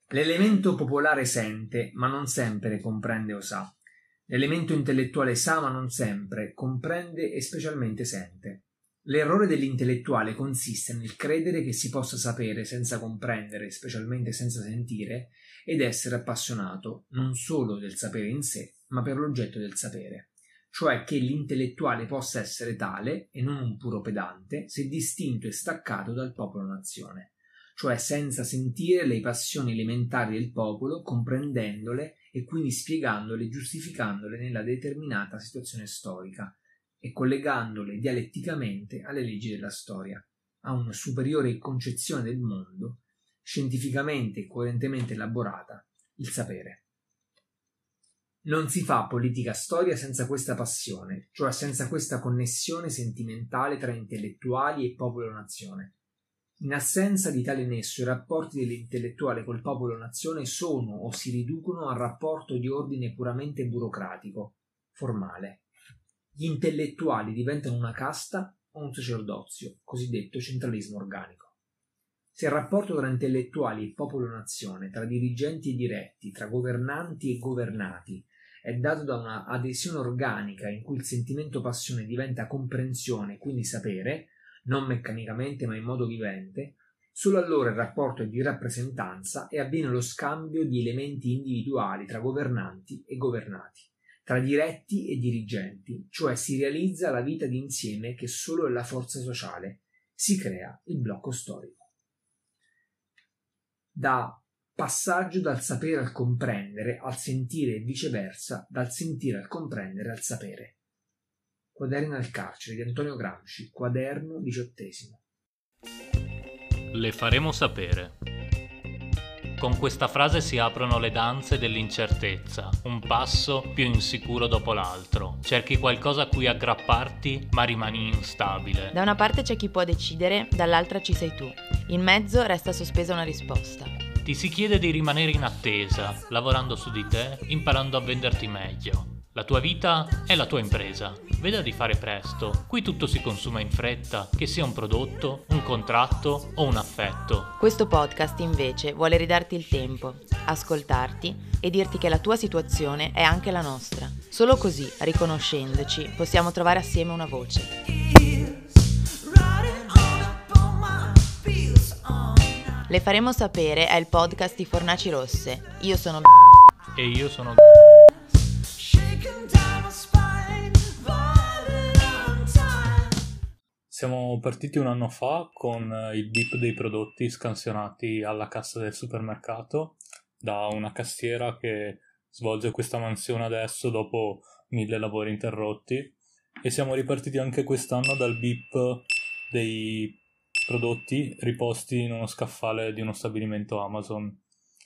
L'elemento popolare sente, ma non sempre comprende o sa. L'elemento intellettuale sa, ma non sempre comprende e specialmente sente. L'errore dell'intellettuale consiste nel credere che si possa sapere senza comprendere, specialmente senza sentire, ed essere appassionato non solo del sapere in sé, ma per l'oggetto del sapere. Cioè che l'intellettuale possa essere tale, e non un puro pedante, se distinto e staccato dal popolo-nazione, cioè senza sentire le passioni elementari del popolo, comprendendole e quindi spiegandole e giustificandole nella determinata situazione storica e collegandole dialetticamente alle leggi della storia, a una superiore concezione del mondo, scientificamente e coerentemente elaborata, il sapere. Non si fa politica storia senza questa passione, cioè senza questa connessione sentimentale tra intellettuali e popolo-nazione. In assenza di tale nesso, i rapporti dell'intellettuale col popolo-nazione sono o si riducono a rapporto di ordine puramente burocratico, formale. Gli intellettuali diventano una casta o un sacerdozio, cosiddetto centralismo organico. Se il rapporto tra intellettuali e popolo-nazione, tra dirigenti e diretti, tra governanti e governati, è dato da una adesione organica in cui il sentimento passione diventa comprensione, quindi sapere, non meccanicamente ma in modo vivente, solo allora il rapporto è di rappresentanza e avviene lo scambio di elementi individuali tra governanti e governati, tra diretti e dirigenti, cioè si realizza la vita d'insieme che solo è la forza sociale, si crea il blocco storico. Da passaggio dal sapere al comprendere, al sentire e viceversa, dal sentire al comprendere al sapere. Quaderni al carcere di Antonio Gramsci, quaderno 18. Le faremo sapere. Con questa frase si aprono le danze dell'incertezza, un passo più insicuro dopo l'altro. Cerchi qualcosa a cui aggrapparti, ma rimani instabile. Da una parte c'è chi può decidere, dall'altra ci sei tu. In mezzo resta sospesa una risposta. Ti si chiede di rimanere in attesa, lavorando su di te, imparando a venderti meglio. La tua vita è la tua impresa. Veda di fare presto. Qui tutto si consuma in fretta, che sia un prodotto, un contratto o un affetto. Questo podcast invece vuole ridarti il tempo, ascoltarti e dirti che la tua situazione è anche la nostra. Solo così, riconoscendoci, possiamo trovare assieme una voce. Le faremo sapere è il podcast di Fornaci Rosse. Io sono E io sono Siamo partiti un anno fa con il bip dei prodotti scansionati alla cassa del supermercato da una cassiera che svolge questa mansione adesso dopo 1000 lavori interrotti, e siamo ripartiti anche quest'anno dal bip dei prodotti riposti in uno scaffale di uno stabilimento Amazon,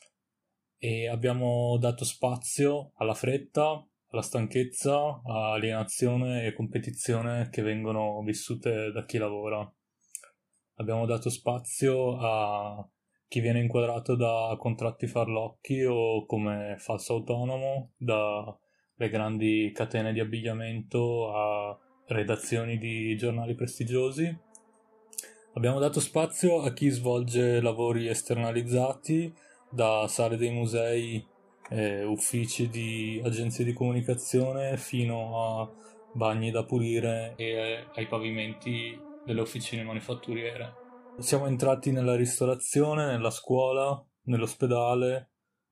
e abbiamo dato spazio alla fretta, alla stanchezza, a alienazione e competizione che vengono vissute da chi lavora. Abbiamo dato spazio a chi viene inquadrato da contratti farlocchi o come falso autonomo, dalle grandi catene di abbigliamento a redazioni di giornali prestigiosi. Abbiamo dato spazio a chi svolge lavori esternalizzati, da sale dei musei, uffici di agenzie di comunicazione, fino a bagni da pulire e ai pavimenti delle officine manifatturiere. Siamo entrati nella ristorazione, nella scuola, nell'ospedale,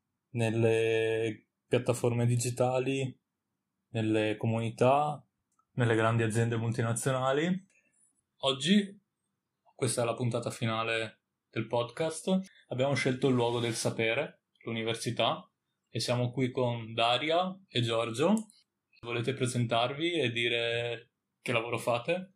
nelle piattaforme digitali, nelle comunità, nelle grandi aziende multinazionali. Oggi, questa è la puntata finale del podcast, abbiamo scelto il luogo del sapere, l'università, e siamo qui con Daria e Giorgio. Volete presentarvi e dire che lavoro fate?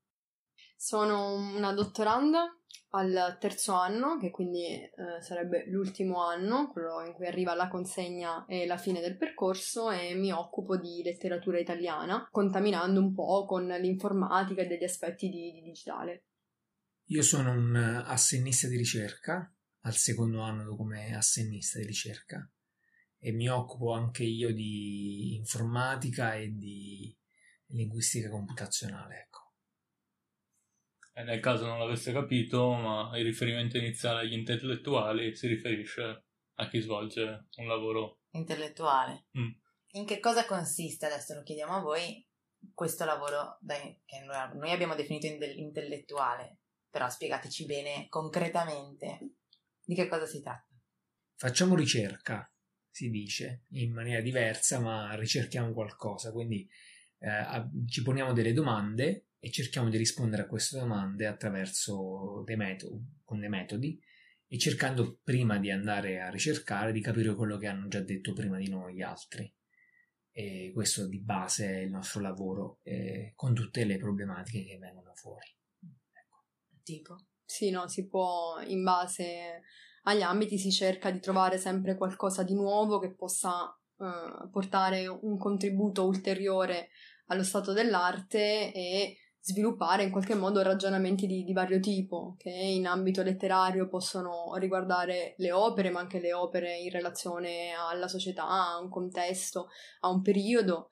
Sono una dottoranda al 3° anno, che quindi sarebbe l'ultimo anno, quello in cui arriva la consegna e la fine del percorso, e mi occupo di letteratura italiana, contaminando un po' con l'informatica e degli aspetti di digitale. Io sono un assenista di ricerca, al 2° anno come assenista di ricerca, e mi occupo anche io di informatica e di linguistica computazionale, ecco. E nel caso non l'aveste capito, ma il riferimento iniziale agli intellettuali si riferisce a chi svolge un lavoro intellettuale. Mm. In che cosa consiste, adesso lo chiediamo a voi, questo lavoro che noi abbiamo definito intellettuale, però spiegateci bene, concretamente, di che cosa si tratta? Facciamo ricerca, si dice, in maniera diversa, ma ricerchiamo qualcosa, quindi ci poniamo delle domande e cerchiamo di rispondere a queste domande attraverso con dei metodi, e cercando prima di andare a ricercare di capire quello che hanno già detto prima di noi gli altri. E questo di base è il nostro lavoro, con tutte le problematiche che vengono fuori. Ecco. Tipo? Sì, no, si può, in base agli ambiti si cerca di trovare sempre qualcosa di nuovo che possa portare un contributo ulteriore allo stato dell'arte e sviluppare in qualche modo ragionamenti di vario tipo, che in ambito letterario possono riguardare le opere, ma anche le opere in relazione alla società, a un contesto, a un periodo,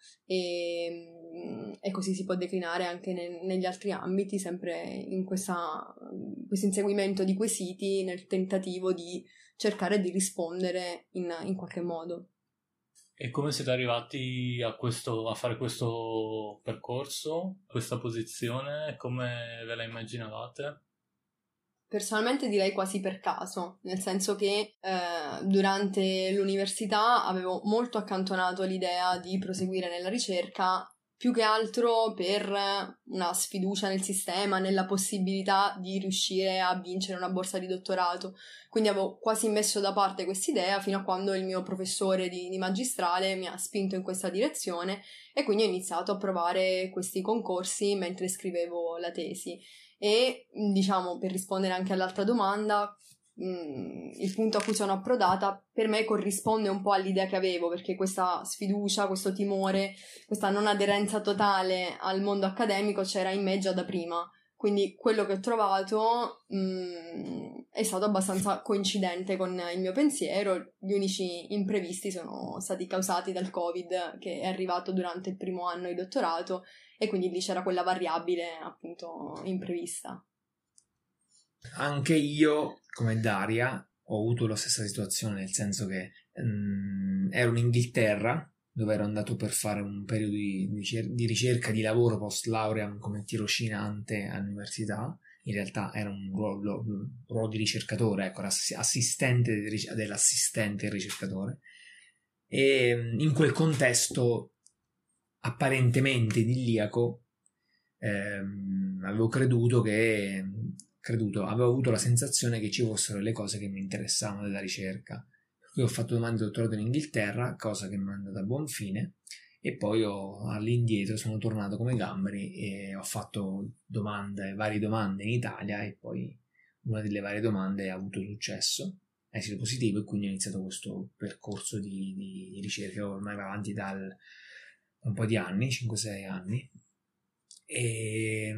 e così si può declinare anche negli altri ambiti, sempre in questo inseguimento di quesiti, nel tentativo di cercare di rispondere in qualche modo. E come siete arrivati a fare questo percorso, questa posizione? Come ve la immaginavate? Personalmente direi quasi per caso, nel senso che durante l'università avevo molto accantonato l'idea di proseguire nella ricerca, più che altro per una sfiducia nel sistema, nella possibilità di riuscire a vincere una borsa di dottorato. Quindi avevo quasi messo da parte quest'idea fino a quando il mio professore di magistrale mi ha spinto in questa direzione, e quindi ho iniziato a provare questi concorsi mentre scrivevo la tesi. E, diciamo, per rispondere anche all'altra domanda, il punto a cui sono approdata per me corrisponde un po' all'idea che avevo, perché questa sfiducia, questo timore, questa non aderenza totale al mondo accademico c'era in me già da prima. Quindi quello che ho trovato è stato abbastanza coincidente con il mio pensiero. Gli unici imprevisti sono stati causati dal Covid, che è arrivato durante il primo anno di dottorato, e quindi lì c'era quella variabile appunto imprevista. Anche io, come Daria, ho avuto la stessa situazione, nel senso che ero in Inghilterra, dove ero andato per fare un periodo di ricerca, di lavoro post laurea come tirocinante all'università. In realtà era un ruolo di ricercatore, ecco, assistente dell'assistente del ricercatore, e in quel contesto apparentemente idilliaco avevo avevo avuto la sensazione che ci fossero le cose che mi interessavano della ricerca. Ho fatto domande di dottorato in Inghilterra, cosa che mi è andata a buon fine, e poi all'indietro sono tornato come Gambari e ho fatto varie domande in Italia, e poi una delle varie domande ha avuto successo, esito positivo, e quindi ho iniziato questo percorso di ricerca ormai va avanti da un po' di anni, 5-6 anni, e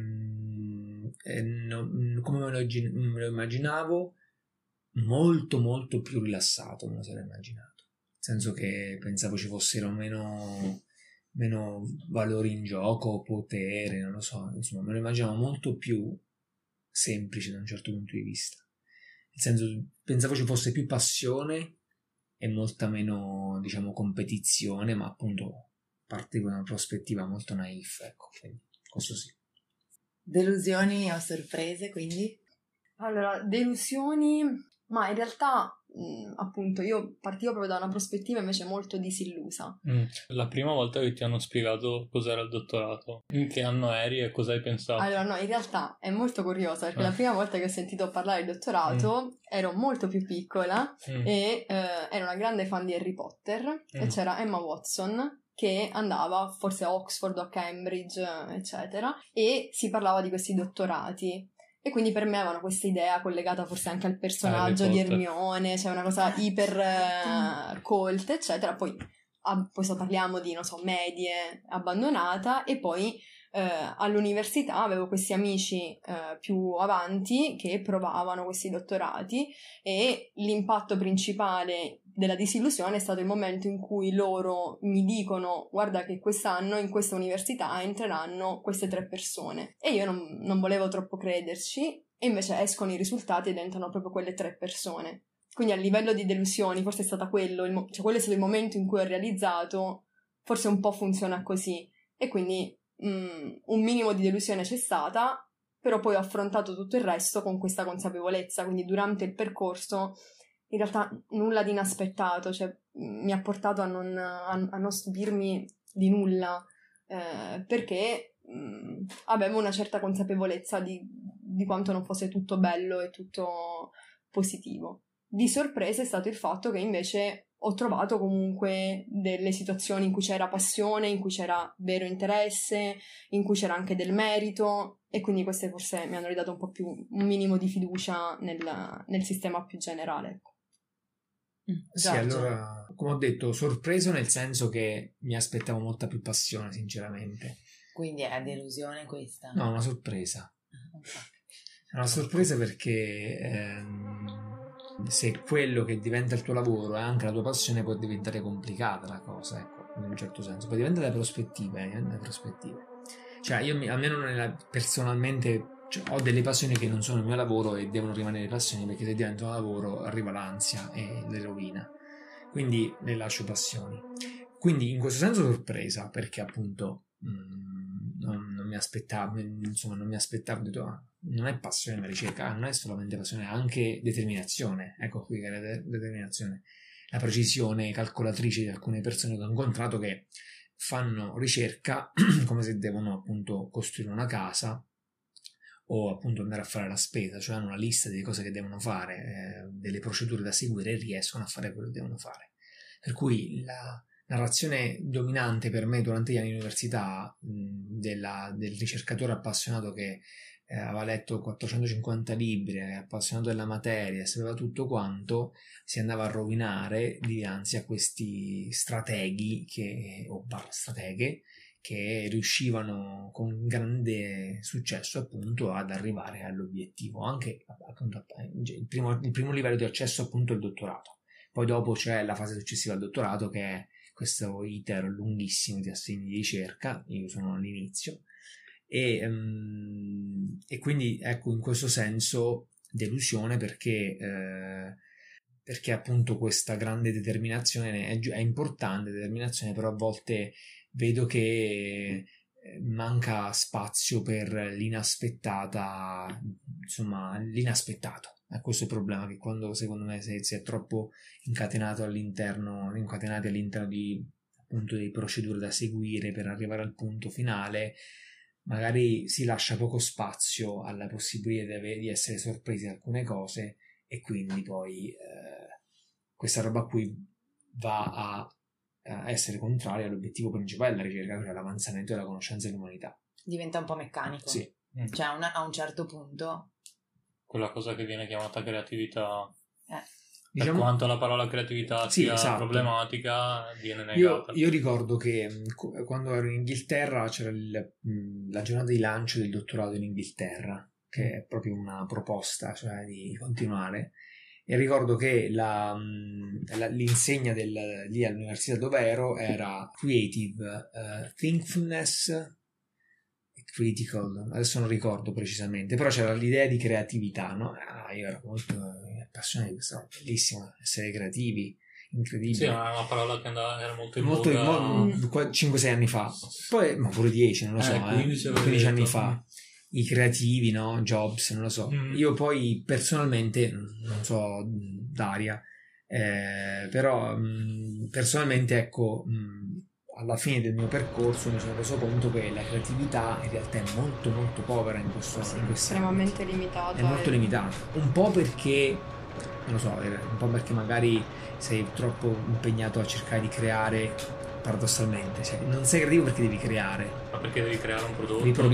come me lo immaginavo, molto molto più rilassato, me lo sarei immaginato, nel senso che pensavo ci fossero meno valori in gioco, potere, non lo so, insomma me lo immaginavo molto più semplice da un certo punto di vista, nel senso pensavo ci fosse più passione e molta meno, diciamo, competizione, ma appunto partivo da una prospettiva molto naif, ecco, quindi questo sì. Delusioni o sorprese, quindi? Allora, delusioni, ma in realtà appunto io partivo proprio da una prospettiva invece molto disillusa. La prima volta che ti hanno spiegato cos'era il dottorato, in che anno eri e cosa hai pensato? Allora no, in realtà è molto curiosa, perché la prima volta che ho sentito parlare di dottorato ero molto più piccola e ero una grande fan di Harry Potter, e c'era Emma Watson che andava forse a Oxford o a Cambridge, eccetera, e si parlava di questi dottorati. E quindi per me avevano questa idea collegata forse anche al personaggio di Hermione, cioè una cosa iper colta, eccetera. Poi parliamo di, non so, medie, abbandonata, e poi all'università avevo questi amici più avanti che provavano questi dottorati, e l'impatto principale della disillusione è stato il momento in cui loro mi dicono: guarda che quest'anno in questa università entreranno queste 3 persone, e io non volevo troppo crederci, e invece escono i risultati ed entrano proprio quelle 3 persone. quindi a livello di delusioni forse è stata quello, cioè quello è stato il momento in cui ho realizzato forse un po' funziona così, e quindi un minimo di delusione c'è stata, però poi ho affrontato tutto il resto con questa consapevolezza, quindi durante il percorso in realtà nulla di inaspettato, cioè mi ha portato a non stupirmi di nulla, perché avevo una certa consapevolezza di quanto non fosse tutto bello e tutto positivo. Di sorpresa è stato il fatto che invece ho trovato comunque delle situazioni in cui c'era passione, in cui c'era vero interesse, in cui c'era anche del merito, e quindi queste forse mi hanno ridato un po' più un minimo di fiducia nel sistema più generale, ecco. Sì, allora, come ho detto, sorpreso nel senso che mi aspettavo molta più passione, sinceramente. Quindi è la delusione questa? No, una sorpresa. È una sorpresa perché se quello che diventa il tuo lavoro è anche la tua passione, può diventare complicata la cosa, ecco, in un certo senso. Poi dipende dalle prospettive, le prospettive. Cioè, io almeno personalmente, cioè, ho delle passioni che non sono il mio lavoro e devono rimanere passioni, perché se diventano lavoro arriva l'ansia e le rovina. Quindi le lascio passioni. Quindi in questo senso sorpresa, perché appunto non mi aspettavo, insomma, non mi aspettavo, ho detto, non è passione la ricerca, non è solamente passione, è anche determinazione. Ecco qui che è la determinazione, la precisione calcolatrice di alcune persone che ho incontrato che fanno ricerca come se devono appunto costruire una casa o appunto andare a fare la spesa, cioè hanno una lista delle cose che devono fare, delle procedure da seguire, e riescono a fare quello che devono fare. Per cui la narrazione dominante per me durante gli anni di università del ricercatore appassionato che aveva letto 450 libri, è appassionato della materia, sapeva tutto quanto, si andava a rovinare dinanzi a questi strateghi o strateghe che riuscivano con grande successo appunto ad arrivare all'obiettivo, anche appunto il primo livello di accesso appunto è il dottorato. Poi dopo c'è la fase successiva al dottorato, che è questo iter lunghissimo di assegni di ricerca. Io sono all'inizio e quindi ecco, in questo senso delusione, perché appunto questa grande determinazione è importante, determinazione, però a volte vedo che manca spazio per l'inaspettata, insomma l'inaspettato. Questo è il problema, che quando secondo me si è troppo incatenati all'interno di appunto di procedure da seguire per arrivare al punto finale, magari si lascia poco spazio alla possibilità di essere sorpresi da alcune cose, e quindi poi questa roba qui va a essere contraria all'obiettivo principale della ricerca, cioè l'avanzamento della conoscenza dell'umanità. Diventa un po' meccanico. Sì. Cioè a un certo punto quella cosa che viene chiamata creatività, diciamo, per quanto la parola creatività sia esatto, problematica, viene negata. Io ricordo che quando ero in Inghilterra c'era la giornata di lancio del dottorato in Inghilterra, che è proprio una proposta, cioè di continuare, e ricordo che l'insegna lì all'università dove ero era Creative Thinkfulness Critical, adesso non ricordo precisamente, però c'era l'idea di creatività, no? Io ero molto appassionato di questo, bellissimo, essere creativi, incredibile. Sì, era una parola che era molto in voga 5-6 anni fa, poi, ma pure 10, non lo so, 15 anni fa, i creativi, no? Jobs, non lo so. Io poi personalmente, non so Daria, però personalmente, ecco, alla fine del mio percorso mi sono reso conto che la creatività in realtà è molto molto povera in questo estremamente limitata. È molto limitata, un po' perché non lo so, un po' perché magari sei troppo impegnato a cercare di creare, paradossalmente, cioè, non sei creativo perché devi creare, ma perché devi creare un prodotto, devi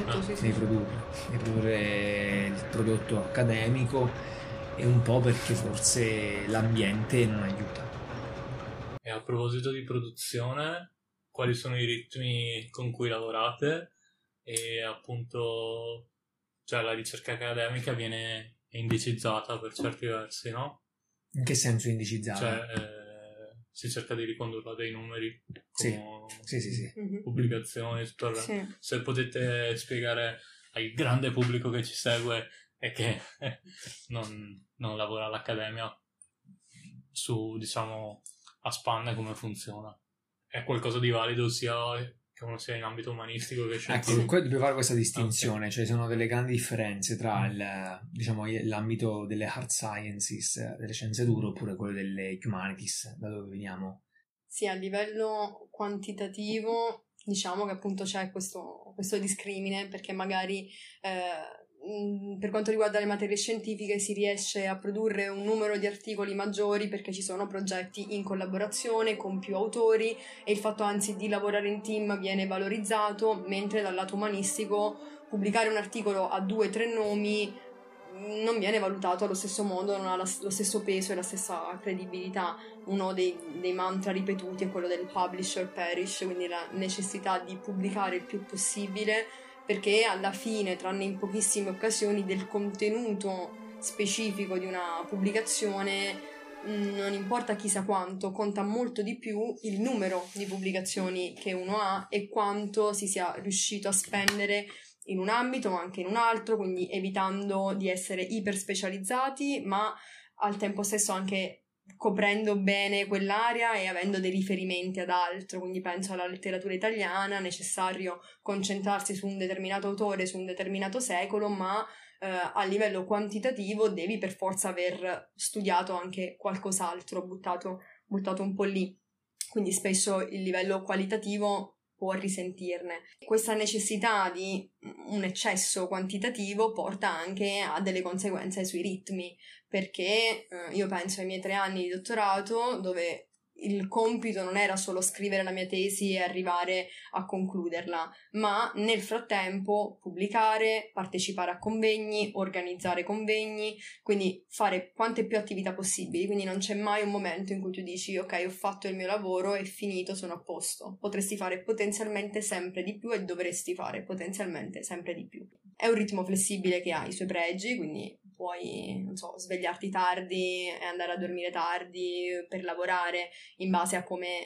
produrre il prodotto accademico, e un po' perché forse l'ambiente non aiuta. E a proposito di produzione, quali sono i ritmi con cui lavorate? E appunto, cioè la ricerca accademica viene indicizzata per certi versi, no? In che senso indicizzata? Cioè si cerca di ricondurla a dei numeri, come sì. pubblicazioni, tutto il Sì. Se potete spiegare al grande pubblico che ci segue e che non lavora all'accademia, su, diciamo, a spanne come funziona. È qualcosa di valido sia che uno sia in ambito umanistico che scientifico. Ecco, dobbiamo fare questa distinzione, cioè sono delle grandi differenze tra l'ambito delle hard sciences, delle scienze dure, oppure quello delle humanities, da dove veniamo. Sì, a livello quantitativo diciamo che appunto c'è questo discrimine, perché magari per quanto riguarda le materie scientifiche si riesce a produrre un numero di articoli maggiori perché ci sono progetti in collaborazione con più autori e il fatto anzi di lavorare in team viene valorizzato, mentre dal lato umanistico pubblicare un articolo a 2-3 nomi non viene valutato allo stesso modo, non ha lo stesso peso e la stessa credibilità. Uno dei mantra ripetuti è quello del publish or perish, quindi la necessità di pubblicare il più possibile, perché alla fine, tranne in pochissime occasioni, del contenuto specifico di una pubblicazione non importa chissà quanto, conta molto di più il numero di pubblicazioni che uno ha e quanto si sia riuscito a spendere in un ambito ma anche in un altro, quindi evitando di essere iper specializzati ma al tempo stesso anche coprendo bene quell'area e avendo dei riferimenti ad altro. Quindi penso alla letteratura italiana, necessario concentrarsi su un determinato autore, su un determinato secolo, ma a livello quantitativo devi per forza aver studiato anche qualcos'altro, buttato un po' lì, quindi spesso il livello qualitativo può risentirne. Questa necessità di un eccesso quantitativo porta anche a delle conseguenze sui ritmi, perché io penso ai miei 3 anni di dottorato dove il compito non era solo scrivere la mia tesi e arrivare a concluderla, ma nel frattempo pubblicare, partecipare a convegni, organizzare convegni, quindi fare quante più attività possibili. Quindi non c'è mai un momento in cui tu dici ok, ho fatto il mio lavoro, è finito, sono a posto. Potresti fare potenzialmente sempre di più e dovresti fare potenzialmente sempre di più. È un ritmo flessibile che ha i suoi pregi, quindi puoi, non so, svegliarti tardi e andare a dormire tardi per lavorare in base a come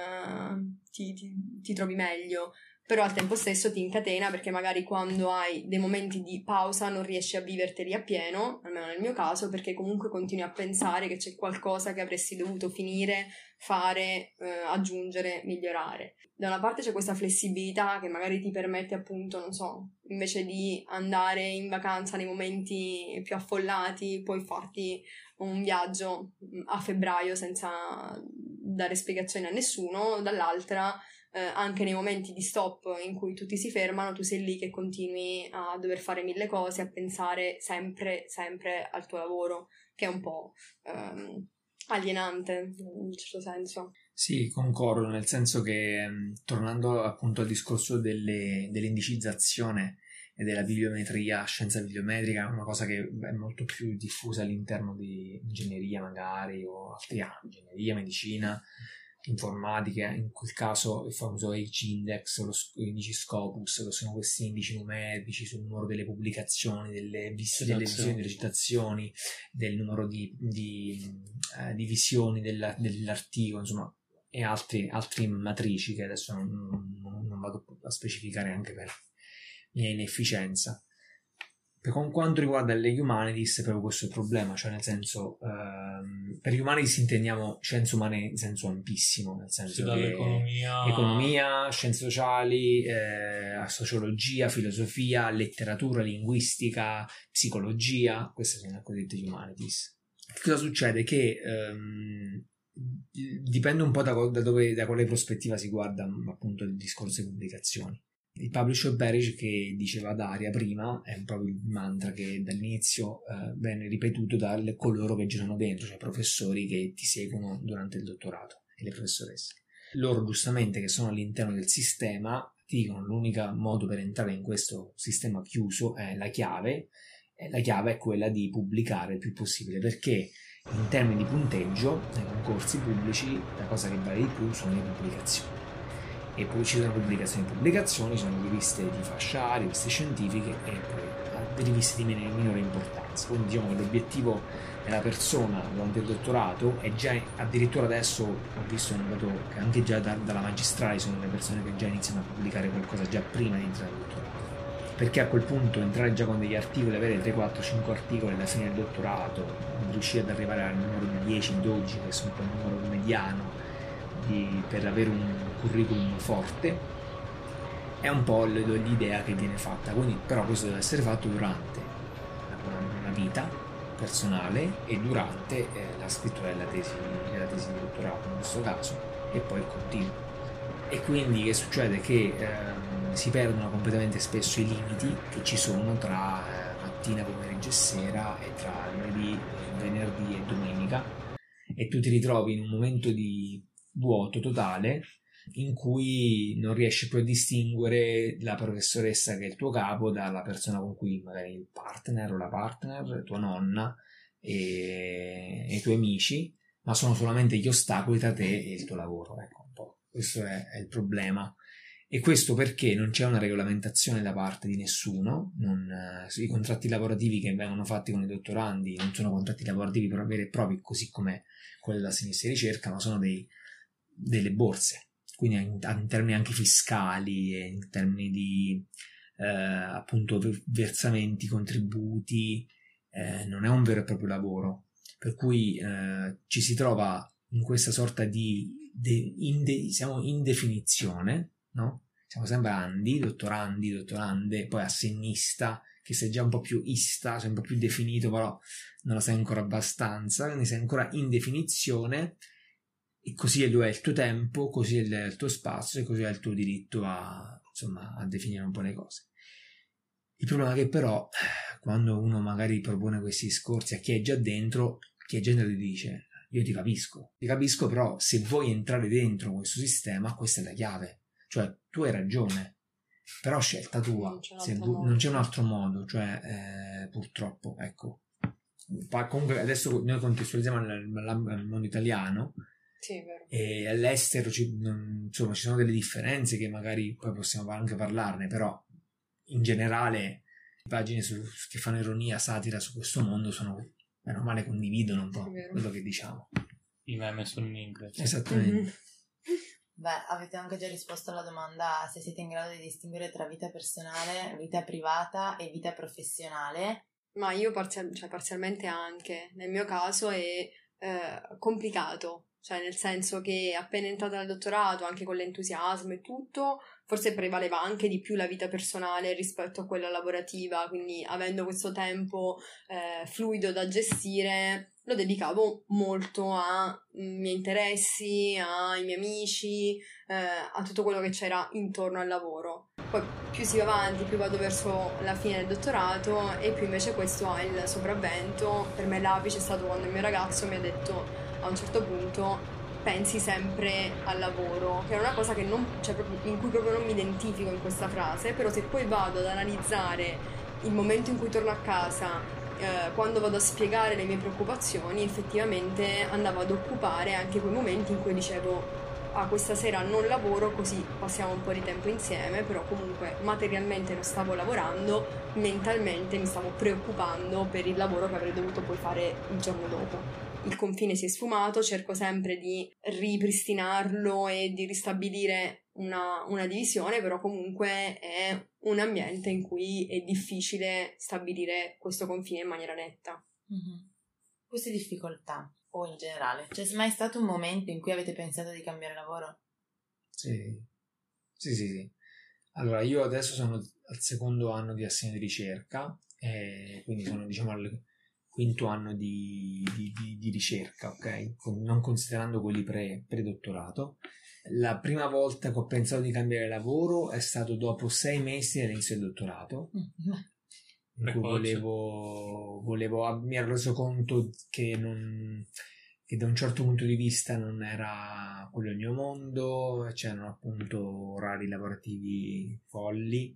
ti trovi meglio, però al tempo stesso ti incatena perché magari quando hai dei momenti di pausa non riesci a viverteli appieno, almeno nel mio caso, perché comunque continui a pensare che c'è qualcosa che avresti dovuto finire, fare, aggiungere, migliorare. Da una parte c'è questa flessibilità che magari ti permette appunto, non so, invece di andare in vacanza nei momenti più affollati, puoi farti un viaggio a febbraio senza dare spiegazioni a nessuno, dall'altra anche nei momenti di stop in cui tutti si fermano, tu sei lì che continui a dover fare 1000 cose, a pensare sempre al tuo lavoro, che è un po' alienante in un certo senso. Sì, concordo, nel senso che tornando appunto al discorso dell'indicizzazione e della bibliometria, scienza bibliometrica è una cosa che è molto più diffusa all'interno di ingegneria magari o altri ingegneria, medicina, informatica, in quel caso il famoso H-index, gli indici Scopus, che sono questi indici numerici sul numero delle pubblicazioni, delle visioni, delle citazioni, del numero di visioni dell'articolo, insomma, e altre matrici che adesso non vado a specificare anche per mia inefficienza. Per quanto riguarda le humanities, proprio questo è il problema, cioè nel senso per humanities intendiamo scienze umane in senso ampissimo, nel senso che economia, scienze sociali, sociologia, filosofia, letteratura, linguistica, psicologia, queste sono le cosiddette humanities. Che cosa succede? Che dipende un po' da quale prospettiva si guarda appunto il discorso di pubblicazioni. Il publish or perish che diceva Daria prima è proprio il mantra che dall'inizio venne ripetuto da coloro che girano dentro, cioè professori che ti seguono durante il dottorato e le professoresse. Loro giustamente, che sono all'interno del sistema, ti dicono l'unico modo per entrare in questo sistema chiuso è la chiave, e la chiave è quella di pubblicare il più possibile, perché in termini di punteggio nei concorsi pubblici la cosa che vale di più sono le pubblicazioni. E poi ci sono pubblicazioni, sono riviste di fascia, riviste scientifiche e poi riviste di minore importanza. Quindi diciamo che l'obiettivo della persona durante il dottorato è già, addirittura adesso ho visto, che anche già dalla magistrale sono le persone che già iniziano a pubblicare qualcosa già prima di entrare al dottorato. perché a quel punto entrare già con degli articoli, avere 3, 4, 5 articoli alla fine del dottorato, riuscire ad arrivare al numero di 10, 12, che sono un numero mediano per avere un curriculum forte, è un po' l'idea che viene fatta. Quindi, però questo deve essere fatto durante una vita personale e durante la scrittura della tesi di dottorato in questo caso, e poi continua. E quindi che succede? Che si perdono completamente spesso i limiti che ci sono tra mattina, pomeriggio e sera, e tra lunedì, venerdì e domenica, e tu ti ritrovi in un momento di vuoto totale in cui non riesci più a distinguere la professoressa che è il tuo capo dalla persona con cui magari il partner o la partner, tua nonna e i tuoi amici, ma sono solamente gli ostacoli tra te e il tuo lavoro. Ecco, un po'. Questo è il problema. E questo perché non c'è una regolamentazione da parte di nessuno. I contratti lavorativi che vengono fatti con i dottorandi non sono contratti lavorativi veri e propri, così come quelli della sinistra ricerca, ma sono delle borse. Quindi in termini anche fiscali e in termini di appunto versamenti, contributi, non è un vero e proprio lavoro, per cui ci si trova in questa sorta siamo in definizione, no? Siamo sempre dottorande, poi assegnista, che sei già un po' più ista, sei un po' più definito, però non lo sei ancora abbastanza, quindi sei ancora in definizione. E così è il tuo tempo, così è il tuo spazio, e così è il tuo diritto a definire un po' le cose. Il problema è che però quando uno magari propone questi discorsi a chi è già dentro ti dice: io ti capisco, però se vuoi entrare dentro questo sistema, questa è la chiave, cioè tu hai ragione, però scelta tua, non c'è un altro modo, cioè purtroppo, ecco. Comunque adesso noi contestualizziamo nel mondo italiano. Sì, vero. E all'estero insomma ci sono delle differenze che magari poi possiamo anche parlarne, però in generale le pagine che fanno ironia, satira su questo mondo sono, meno male, condividono un po' quello che diciamo. I meme sono in inglese. Esattamente. Beh, avete anche già risposto alla domanda se siete in grado di distinguere tra vita personale, vita privata e vita professionale. Ma io parzialmente anche. Nel mio caso è complicato. Cioè, nel senso che appena entrata nel dottorato, anche con l'entusiasmo e tutto, forse prevaleva anche di più la vita personale rispetto a quella lavorativa, quindi avendo questo tempo fluido da gestire, lo dedicavo molto ai miei interessi, ai miei amici, a tutto quello che c'era intorno al lavoro. Poi più si va avanti, più vado verso la fine del dottorato, e più invece questo ha il sopravvento. Per me l'apice è stato quando il mio ragazzo mi ha detto a un certo punto: pensi sempre al lavoro, che è una cosa che in cui proprio non mi identifico in questa frase, però se poi vado ad analizzare il momento in cui torno a casa, quando vado a spiegare le mie preoccupazioni, effettivamente andavo ad occupare anche quei momenti in cui dicevo: questa sera non lavoro, così passiamo un po' di tempo insieme, però comunque materialmente non stavo lavorando, mentalmente mi stavo preoccupando per il lavoro che avrei dovuto poi fare il giorno dopo. Il confine si è sfumato, cerco sempre di ripristinarlo e di ristabilire una divisione, però comunque è un ambiente in cui è difficile stabilire questo confine in maniera netta. Mm-hmm. Queste difficoltà, o in generale, c'è mai stato un momento in cui avete pensato di cambiare lavoro? Sì. Allora, io adesso sono al secondo anno di assegno di ricerca, quindi sono, diciamo, al quinto anno di ricerca, ok? Non considerando quelli pre-dottorato. La prima volta che ho pensato di cambiare lavoro è stato dopo 6 mesi dall'inizio del dottorato, in cui mi ero reso conto che da un certo punto di vista non era quello il mio mondo, c'erano appunto orari lavorativi folli,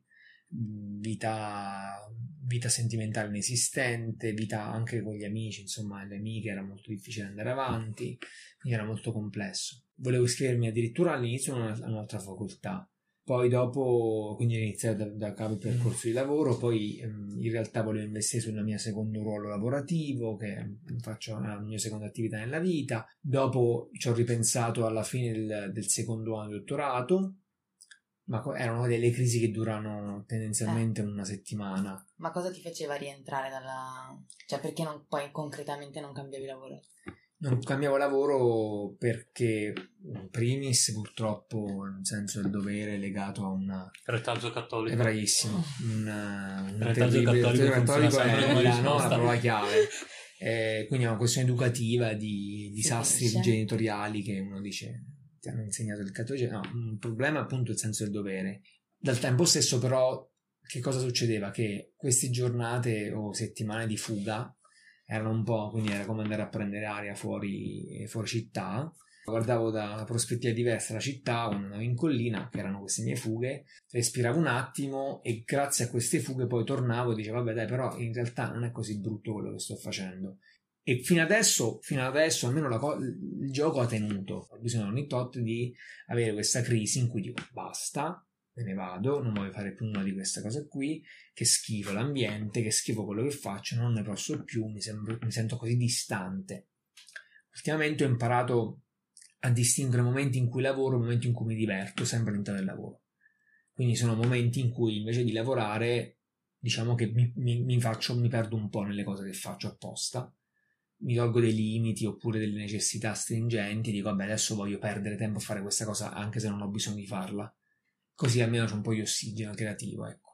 vita sentimentale inesistente, vita anche con gli amici, insomma, le amiche, era molto difficile andare avanti, quindi era molto complesso. Volevo iscrivermi addirittura all'inizio a un'altra facoltà, poi dopo, quindi ho iniziato da capo il percorso di lavoro, poi in realtà volevo investire sul mio secondo ruolo lavorativo, che faccio la mia seconda attività nella vita. Dopo ci ho ripensato alla fine del secondo anno di dottorato, ma erano delle crisi che durano tendenzialmente una settimana. Ma cosa ti faceva rientrare dalla... Cioè, perché poi concretamente non cambiavi lavoro? Non cambiavo lavoro perché, in primis, purtroppo, il senso del dovere legato a una... Retaggio cattolico. È bravissimo. Un Retaggio cattolico è la la parola chiave. Quindi è una questione educativa di disastri genitoriali che uno dice ti hanno insegnato il cattolicesimo. No, un problema è appunto il senso del dovere. Dal tempo stesso però che cosa succedeva? Che queste giornate o settimane di fuga erano un po', quindi era come andare a prendere aria fuori città. Guardavo da prospettive diverse la città, quando andavo in collina, che erano queste mie fughe, respiravo un attimo e grazie a queste fughe poi tornavo e dicevo vabbè dai, però in realtà non è così brutto quello che sto facendo. E fino adesso almeno il gioco ha tenuto. Ho bisogno ogni tot di avere questa crisi in cui dico basta, me ne vado, non voglio fare più una di queste cose qui, che schifo l'ambiente, che schifo quello che faccio, non ne posso più, mi sento così distante. Ultimamente ho imparato a distinguere momenti in cui lavoro e momenti in cui mi diverto, sempre all'interno del lavoro. Quindi sono momenti in cui invece di lavorare, diciamo che mi perdo un po' nelle cose che faccio apposta, mi tolgo dei limiti oppure delle necessità stringenti, dico vabbè adesso voglio perdere tempo a fare questa cosa anche se non ho bisogno di farla, così almeno c'è un po' di ossigeno creativo, ecco.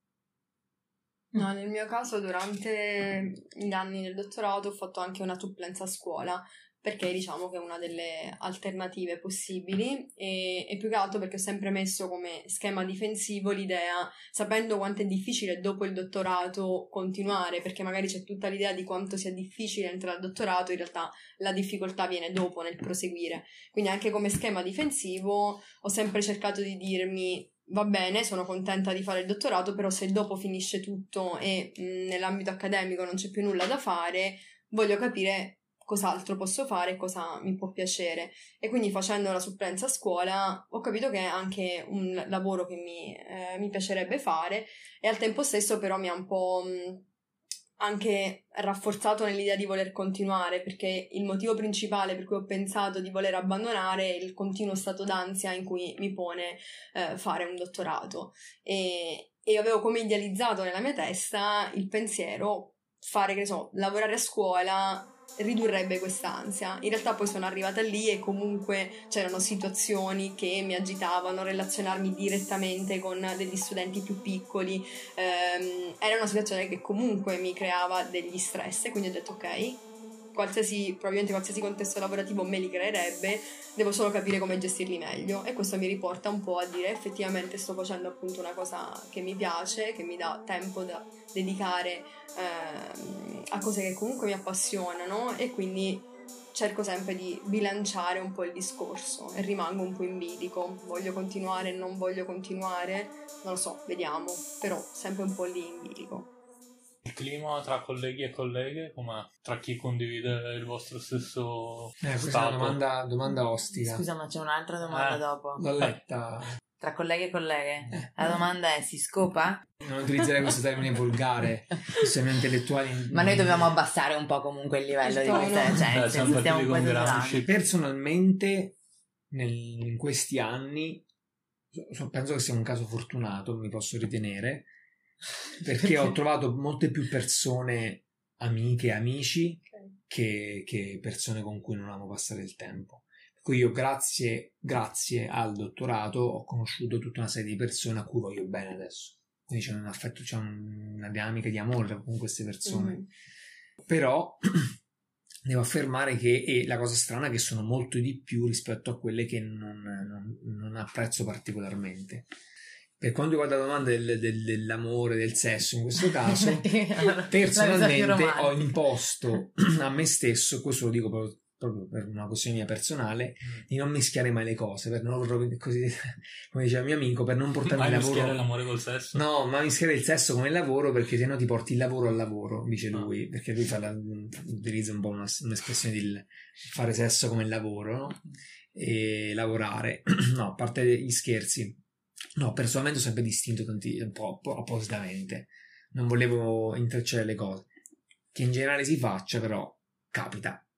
No, nel mio caso durante gli anni del dottorato ho fatto anche una supplenza a scuola, perché diciamo che è una delle alternative possibili e più che altro perché ho sempre messo come schema difensivo l'idea, sapendo quanto è difficile dopo il dottorato continuare, perché magari c'è tutta l'idea di quanto sia difficile entrare al dottorato, in realtà la difficoltà viene dopo nel proseguire, quindi anche come schema difensivo ho sempre cercato di dirmi va bene, sono contenta di fare il dottorato, però se dopo finisce tutto e nell'ambito accademico non c'è più nulla da fare, voglio capire cos'altro posso fare, cosa mi può piacere. E quindi facendo la supplenza a scuola ho capito che è anche un lavoro che mi piacerebbe fare e al tempo stesso però mi ha un po' anche rafforzato nell'idea di voler continuare, perché il motivo principale per cui ho pensato di voler abbandonare è il continuo stato d'ansia in cui mi pone fare un dottorato e avevo come idealizzato nella mia testa il pensiero fare, che ne so, lavorare a scuola ridurrebbe quest'ansia. In realtà poi sono arrivata lì e comunque c'erano situazioni che mi agitavano, relazionarmi direttamente con degli studenti più piccoli era una situazione che comunque mi creava degli stress e quindi ho detto ok, probabilmente qualsiasi contesto lavorativo me li creerebbe, devo solo capire come gestirli meglio e questo mi riporta un po' a dire effettivamente sto facendo appunto una cosa che mi piace, che mi dà tempo da dedicare a cose che comunque mi appassionano e quindi cerco sempre di bilanciare un po' il discorso e rimango un po' in bilico, voglio continuare, non voglio continuare, non lo so, vediamo, però sempre un po' lì in bilico. Il clima tra colleghi e colleghe, com'è? Tra chi condivide il vostro stesso Questa stato? è una domanda ostica. Scusa, ma c'è un'altra domanda dopo. L'ho letta. Tra colleghi e colleghe? La domanda è: si scopa? Non utilizzerei questo termine volgare, siamo intellettuali. Ma noi dobbiamo abbassare un po' comunque il livello di questa, cioè stiamo un po' esagerando. Personalmente, in questi anni, penso che sia un caso fortunato, mi posso ritenere, perché ho trovato molte più persone amiche, amici, che persone con cui non amo passare il tempo. Per cui io grazie al dottorato ho conosciuto tutta una serie di persone a cui voglio bene adesso. Quindi c'è un affetto, c'è una dinamica di amore con queste persone. Però devo affermare che la cosa strana è che sono molto di più rispetto a quelle che non apprezzo particolarmente. Per quanto riguarda la domanda dell'amore, del sesso, in questo caso, personalmente ho imposto a me stesso, questo lo dico proprio per una questione mia personale, di non mischiare mai le cose, per non così, come diceva mio amico, per non portarmi il lavoro. Mischiare l'amore col sesso? No, ma mischiare il sesso come il lavoro, perché sennò ti porti il lavoro al lavoro, dice lui, perché lui utilizza un po' un'espressione di fare sesso come il lavoro, no? E lavorare. No, a parte gli scherzi. No, personalmente ho sempre distinto un po' appositamente. Non volevo intrecciare le cose. Che in generale si faccia, però capita.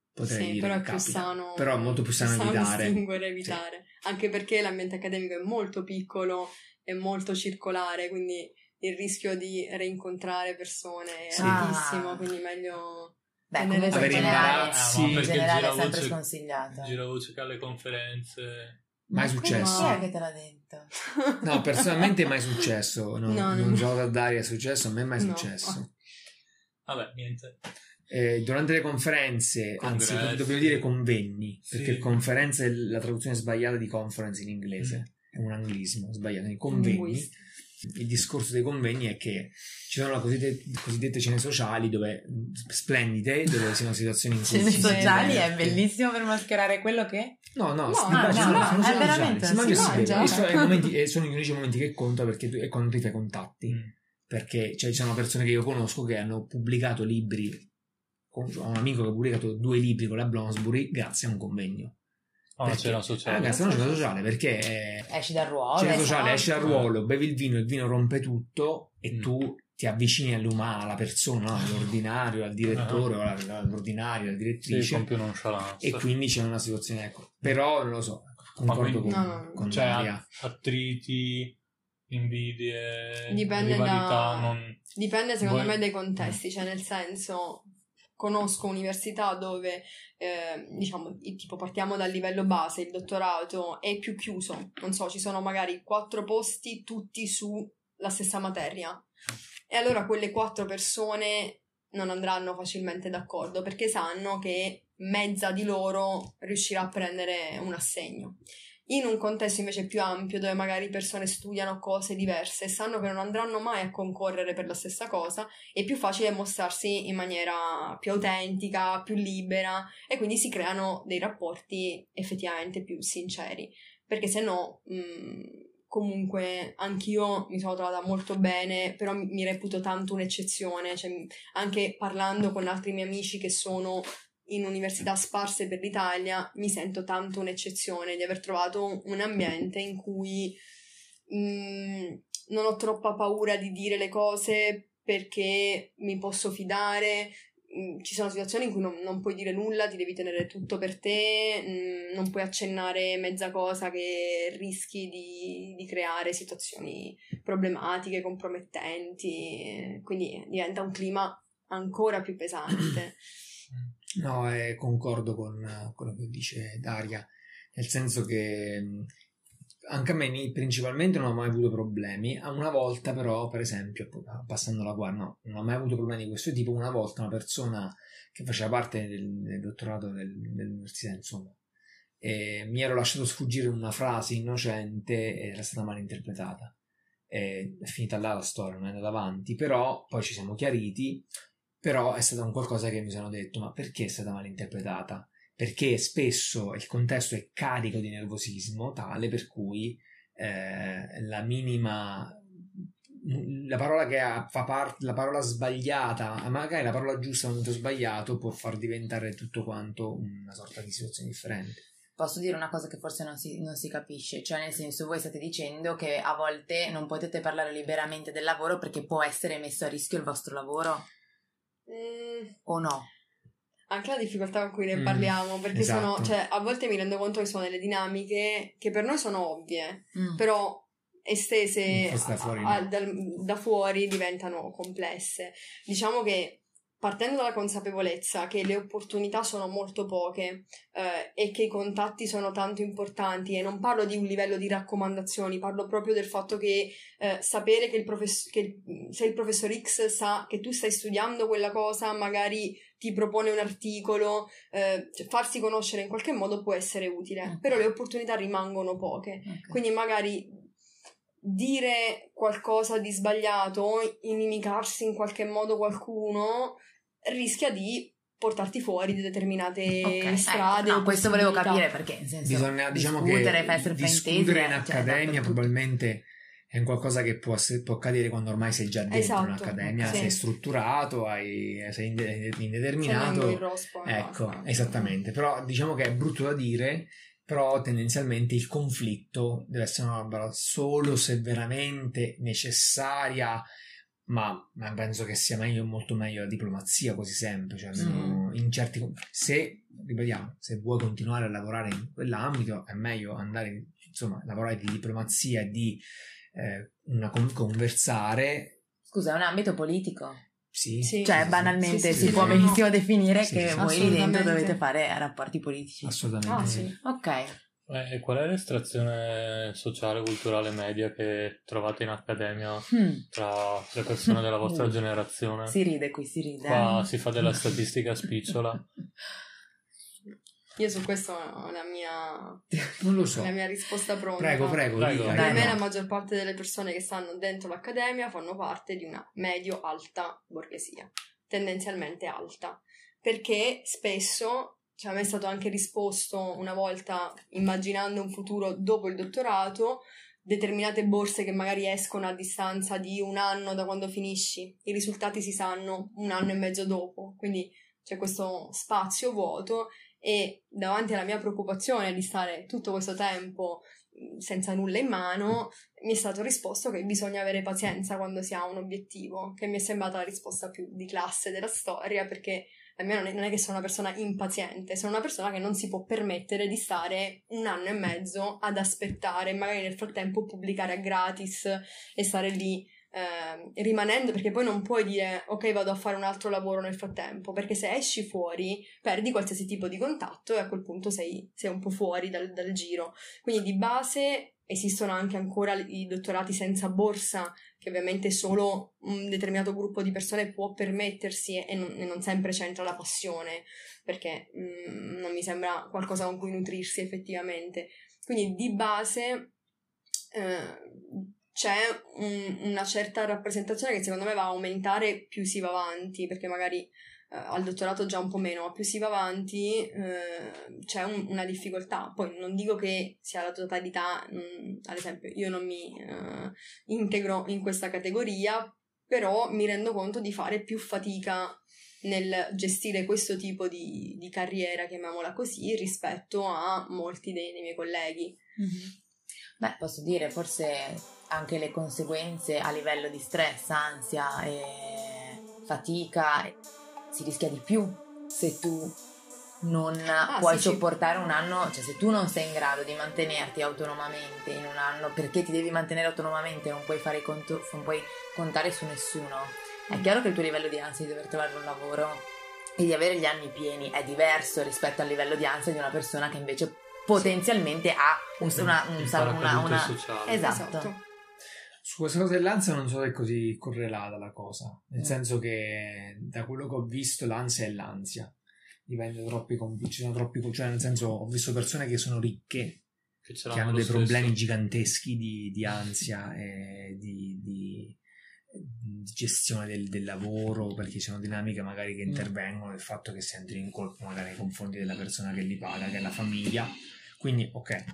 potrei sì, dire però che è più capita. sano, Però è molto più sano evitare. distinguere e evitare, sì. Anche perché l'ambiente accademico è molto piccolo e molto circolare, quindi il rischio di rincontrare persone è altissimo, quindi meglio comunque avere imbarazzi. in generale è sempre sconsigliato. Gira voce che alle conferenze. Mai successo? Chi è che te l'ha detto? No, personalmente mai successo. Non so da Daria è successo, a me è mai successo. Vabbè, niente. Durante le conferenze, Congressi. anzi dobbiamo dire convegni, perché Sì. conferenza è la traduzione sbagliata di conference in inglese, è un anglismo sbagliato, i convegni. Il discorso dei convegni è che ci sono le cosiddette cene sociali splendide, dove ci sono situazioni in cui cene sociali è bellissimo per mascherare quello che sono veramente si mangia si mangia. E sono gli unici momenti che conta, perché è quando ti fai contatti, perché ci sono persone che io conosco che hanno pubblicato libri. Ho un amico che ha pubblicato 2 libri con la Bloomsbury grazie a un convegno. Grazie a una cena sociale, perché esci dal ruolo, cena sociale, esci dal ruolo, bevi il vino rompe tutto e tu ti avvicini all'umano, alla persona, all'ordinario, al direttore o all'ordinario, alla direttrice, sì, con più nonchalance. E quindi c'è una situazione, ecco. Però non lo so, concordo con Daria. Attriti, invidie, dipende rivalità, dipende secondo me dai contesti, cioè nel senso, conosco università dove diciamo tipo partiamo dal livello base, il dottorato è più chiuso, non so, ci sono magari 4 posti tutti sulla stessa materia e allora quelle 4 persone non andranno facilmente d'accordo perché sanno che mezza di loro riuscirà a prendere un assegno. In un contesto invece più ampio, dove magari persone studiano cose diverse e sanno che non andranno mai a concorrere per la stessa cosa, è più facile mostrarsi in maniera più autentica, più libera, e quindi si creano dei rapporti effettivamente più sinceri. Perché se no, comunque, anch'io mi sono trovata molto bene, però mi reputo tanto un'eccezione. Cioè, anche parlando con altri miei amici che sono in università sparse per l'Italia, mi sento tanto un'eccezione di aver trovato un ambiente in cui non ho troppa paura di dire le cose perché mi posso fidare. Ci sono situazioni in cui non puoi dire nulla, ti devi tenere tutto per te, non puoi accennare mezza cosa che rischi di creare situazioni problematiche, compromettenti, quindi diventa un clima ancora più pesante. No, concordo con quello che dice Daria, nel senso che anche a me principalmente non ho mai avuto problemi. Una volta però, per esempio, passando la guardia, no, non ho mai avuto problemi di questo tipo. Una volta una persona che faceva parte del dottorato dell'università, insomma, mi ero lasciato sfuggire una frase innocente e era stata mal interpretata. È finita là la storia, non è andata avanti, però poi ci siamo chiariti. Però è stato un qualcosa che mi sono detto, ma perché è stata mal interpretata? Perché spesso il contesto è carico di nervosismo tale per cui la minima, la parola che fa parte, la parola sbagliata, magari la parola giusta al momento sbagliato può far diventare tutto quanto una sorta di situazione differente. Posso dire una cosa che forse non si capisce, cioè nel senso, voi state dicendo che a volte non potete parlare liberamente del lavoro perché può essere messo a rischio il vostro lavoro? O no? Anche la difficoltà con cui ne parliamo, perché esatto. cioè, a volte mi rendo conto che sono delle dinamiche che per noi sono ovvie, però estese da fuori diventano complesse. Diciamo che partendo dalla consapevolezza che le opportunità sono molto poche e che i contatti sono tanto importanti, e non parlo di un livello di raccomandazioni, parlo proprio del fatto che sapere che se il professor X sa che tu stai studiando quella cosa, magari ti propone un articolo, cioè farsi conoscere in qualche modo può essere utile, però le opportunità rimangono poche, quindi magari dire qualcosa di sbagliato o inimicarsi in qualche modo qualcuno rischia di portarti fuori di determinate strade. No, questo volevo capire, perché nel senso, bisogna, diciamo che discutere in accademia probabilmente è un qualcosa che può accadere quando ormai sei già dentro un'accademia, sei strutturato, sei indeterminato, ecco, esattamente. Però diciamo che è brutto da dire, però tendenzialmente il conflitto deve essere una roba solo se veramente necessaria, ma penso che sia meglio, molto meglio la diplomazia quasi sempre, cioè almeno in certi, se ripetiamo, se vuoi continuare a lavorare in quell'ambito è meglio andare, insomma, lavorare di diplomazia, di conversare. Scusa, è un ambito politico. Sì, Cioè banalmente sì, si può benissimo definire che voi lì dentro assolutamente dovete fare rapporti politici. assolutamente sì. Ok. E qual è l'estrazione sociale, culturale media che trovate in accademia tra le persone della vostra generazione? Si ride qui, si ride. Qua si fa della statistica spicciola. Io su questo ho non lo so. la mia risposta pronta. Prego. Prego. Per me la maggior parte delle persone che stanno dentro l'accademia fanno parte di una medio-alta borghesia, tendenzialmente alta, perché spesso, cioè a me è stato anche risposto una volta, immaginando un futuro dopo il dottorato, determinate borse che magari escono a distanza di un anno da quando finisci, i risultati si sanno un anno e mezzo dopo, quindi c'è questo spazio vuoto. E davanti alla mia preoccupazione di stare tutto questo tempo senza nulla in mano, mi è stato risposto che bisogna avere pazienza quando si ha un obiettivo, che mi è sembrata la risposta più di classe della storia, perché a me non è che sono una persona impaziente, sono una persona che non si può permettere di stare un anno e mezzo ad aspettare, magari nel frattempo pubblicare a gratis e stare lì rimanendo, perché poi non puoi dire ok, vado a fare un altro lavoro nel frattempo, perché se esci fuori perdi qualsiasi tipo di contatto e a quel punto sei un po' fuori dal giro. Quindi di base esistono anche ancora i dottorati senza borsa, che ovviamente solo un determinato gruppo di persone può permettersi e non sempre c'entra la passione, perché non mi sembra qualcosa con cui nutrirsi effettivamente. Quindi di base c'è una certa rappresentazione che secondo me va a aumentare più si va avanti, perché magari al dottorato già un po' meno, ma più si va avanti c'è una difficoltà. Poi non dico che sia la totalità, ad esempio io non mi integro in questa categoria, però mi rendo conto di fare più fatica nel gestire questo tipo di carriera, chiamiamola così, rispetto a molti dei miei colleghi. Beh, posso dire, forse anche le conseguenze a livello di stress, ansia e fatica si rischia di più se tu non puoi sopportare un anno, cioè se tu non sei in grado di mantenerti autonomamente in un anno, perché ti devi mantenere autonomamente, non puoi fare non puoi contare su nessuno. È chiaro che il tuo livello di ansia di dover trovare un lavoro e di avere gli anni pieni è diverso rispetto al livello di ansia di una persona che invece potenzialmente ha una sociale. Esatto. Su questa cosa dell'ansia non so se è così correlata la cosa, nel senso che da quello che ho visto l'ansia è l'ansia, dipende ci sono troppi, cioè nel senso ho visto persone che sono ricche che hanno dei problemi giganteschi di ansia e di gestione del lavoro, perché ci sono dinamiche magari che intervengono, il fatto che si entri in colpo magari nei confronti della persona che li paga, che è la famiglia. Quindi, ok,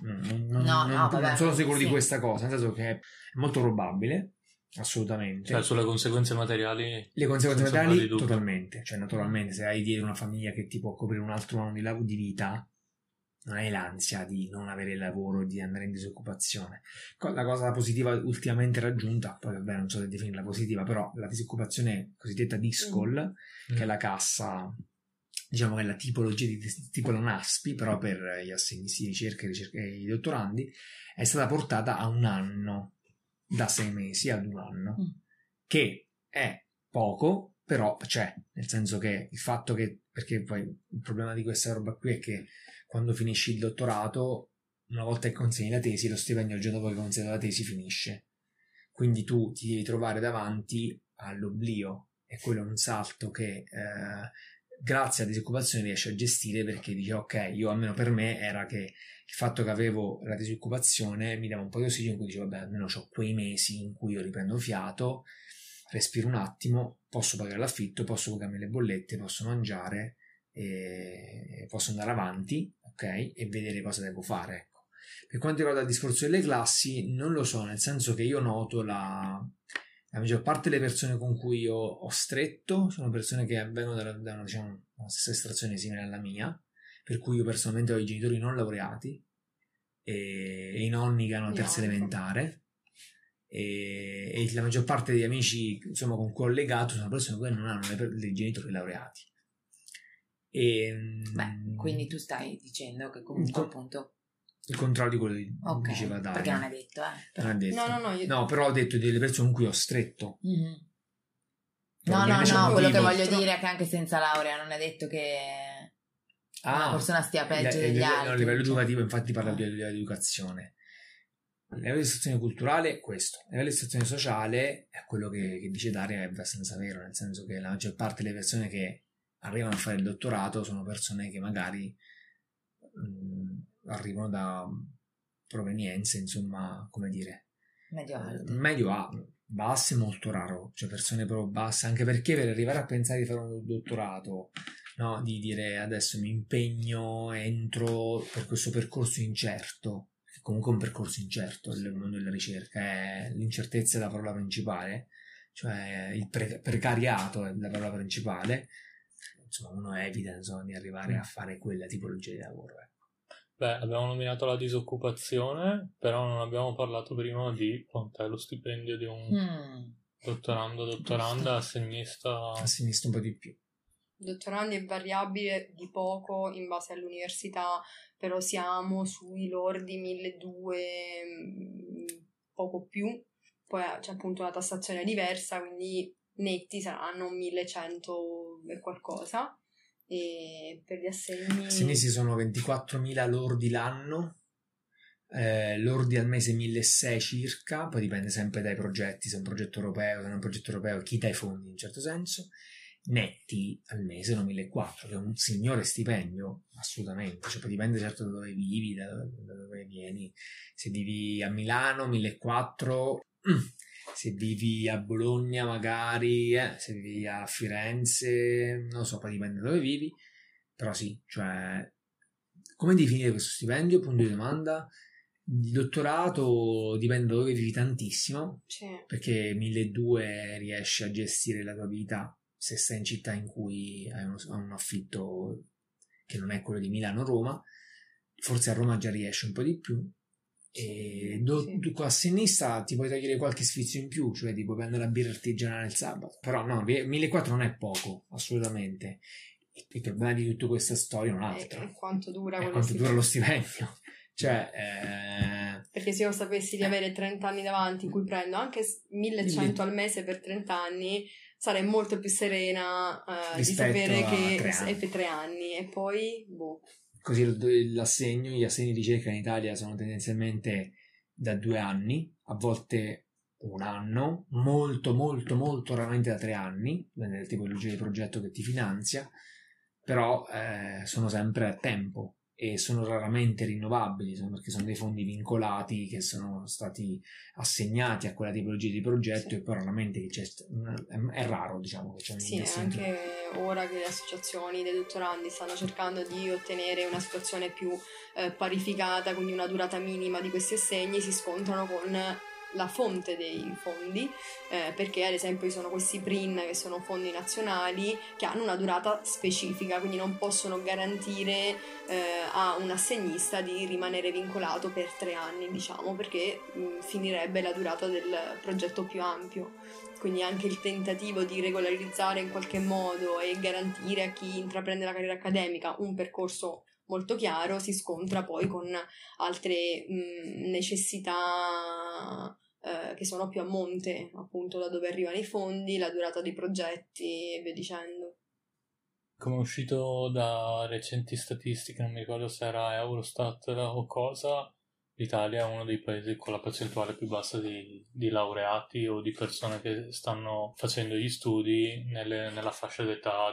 non sono sicuro di questa cosa, nel senso che è molto probabile, assolutamente. Cioè, sulle conseguenze materiali? Le conseguenze materiali, totalmente. Cioè, naturalmente, se hai dietro una famiglia che ti può coprire un altro anno di vita, non hai l'ansia di non avere il lavoro, di andare in disoccupazione. La cosa positiva ultimamente raggiunta, poi vabbè, non so se definirla positiva, però la disoccupazione cosiddetta DISCOL, che è la cassa, diciamo che è la tipologia tipo la NASPI, però per gli assegnisti di ricerca e i dottorandi, è stata portata a un anno, da 6 mesi ad un anno, che è poco, però c'è, nel senso che il fatto che, perché poi il problema di questa roba qui è che quando finisci il dottorato, una volta che consegni la tesi, lo stipendio il giorno dopo che consegni la tesi finisce, quindi tu ti devi trovare davanti all'oblio, e quello è un salto che grazie alla disoccupazione riesci a gestire, perché dici ok, io almeno per me era che il fatto che avevo la disoccupazione mi dava un po' di ossigeno, in cui dicevo vabbè, almeno ho quei mesi in cui io riprendo fiato, respiro un attimo, posso pagare l'affitto, posso pagarmi le bollette, posso mangiare e posso andare avanti, ok, e vedere cosa devo fare, ecco. Per quanto riguarda il discorso delle classi, non lo so, nel senso che io noto la maggior parte delle persone con cui io ho stretto sono persone che vengono da una, diciamo, una stessa estrazione simile alla mia, per cui io personalmente ho i genitori non laureati e i nonni che hanno terza elementare, e la maggior parte degli amici, insomma, con cui ho legato sono persone che non hanno dei genitori laureati. Quindi tu stai dicendo che comunque appunto il contrario di quello che diceva Daria. Perché non è detto, Non è detto. No, però ho detto delle persone con cui ho stretto. Mm-hmm. No, quello che voglio dire è che anche senza laurea non è detto che una persona stia peggio degli altri. A livello educativo, infatti, parla di educazione. A livello di situazione culturale è questo. A livello di situazione sociale è quello che dice Daria, è abbastanza vero, nel senso che la maggior parte delle persone che arrivano a fare il dottorato sono persone che magari arrivano da provenienze, insomma, come dire, medio basse, molto raro, cioè persone proprio basse, anche perché per arrivare a pensare di fare un dottorato, no, di dire adesso mi impegno, entro per questo percorso incerto, che comunque è un percorso incerto, il mondo della ricerca è l'incertezza è la parola principale, cioè il precariato è la parola principale, insomma uno evita, insomma, di arrivare a fare quella tipologia di lavoro. Beh, abbiamo nominato la disoccupazione, però non abbiamo parlato prima di quant'è lo stipendio di un dottoranda, assegnista un po' di più. Dottorandi è variabile di poco in base all'università, però siamo sui lordi 1.200, poco più, poi c'è appunto una tassazione diversa, quindi netti saranno 1.100 e qualcosa. E per gli assegni sono 24.000 lordi l'anno, lordi al mese 1.600 circa, poi dipende sempre dai progetti, se è un progetto europeo, se non è un progetto europeo, chi dà i fondi in un certo senso. Netti al mese sono 1.400, che è un signore stipendio, assolutamente, cioè poi dipende certo da dove vivi, da dove vieni. Se vivi a Milano 1.400, se vivi a Bologna magari, se vivi a Firenze, non lo so, poi dipende da dove vivi, però sì, cioè come definire questo stipendio? Punto di domanda. Il dottorato dipende da dove vivi tantissimo, perché 1.200 riesci a gestire la tua vita se stai in città in cui hai un affitto che non è quello di Milano-Roma, forse a Roma già riesci un po' di più. E a sinistra ti puoi togliere qualche sfizio in più, cioè ti puoi prendere la birra artigianale il sabato, però no, 1.400 non è poco, assolutamente. Il problema di tutta questa storia è un altro, è quanto dura lo stipendio. Cioè, perché se io sapessi di avere 30 anni davanti in cui prendo anche 1.100 al mese per 30 anni, sarei molto più serena di sapere che è per 3 anni e poi Così gli assegni di ricerca in Italia sono tendenzialmente da 2 anni, a volte 1 anno, molto molto molto raramente da 3 anni, dipende dalla tipologia di progetto che ti finanzia, però sono sempre a tempo e sono raramente rinnovabili, perché sono dei fondi vincolati che sono stati assegnati a quella tipologia di progetto e poi raramente è raro, diciamo, che c'è un investimento. Anche ora che le associazioni dei dottorandi stanno cercando di ottenere una situazione più parificata, quindi una durata minima di questi assegni, si scontrano con la fonte dei fondi, perché ad esempio ci sono questi PRIN che sono fondi nazionali che hanno una durata specifica, quindi non possono garantire a un assegnista di rimanere vincolato per 3 anni, diciamo, perché finirebbe la durata del progetto più ampio. Quindi anche il tentativo di regolarizzare in qualche modo e garantire a chi intraprende la carriera accademica un percorso molto chiaro si scontra poi con altre necessità che sono più a monte, appunto da dove arrivano i fondi, la durata dei progetti e via dicendo. Come è uscito da recenti statistiche, non mi ricordo se era Eurostat o cosa, l'Italia è uno dei paesi con la percentuale più bassa di laureati o di persone che stanno facendo gli studi nella fascia d'età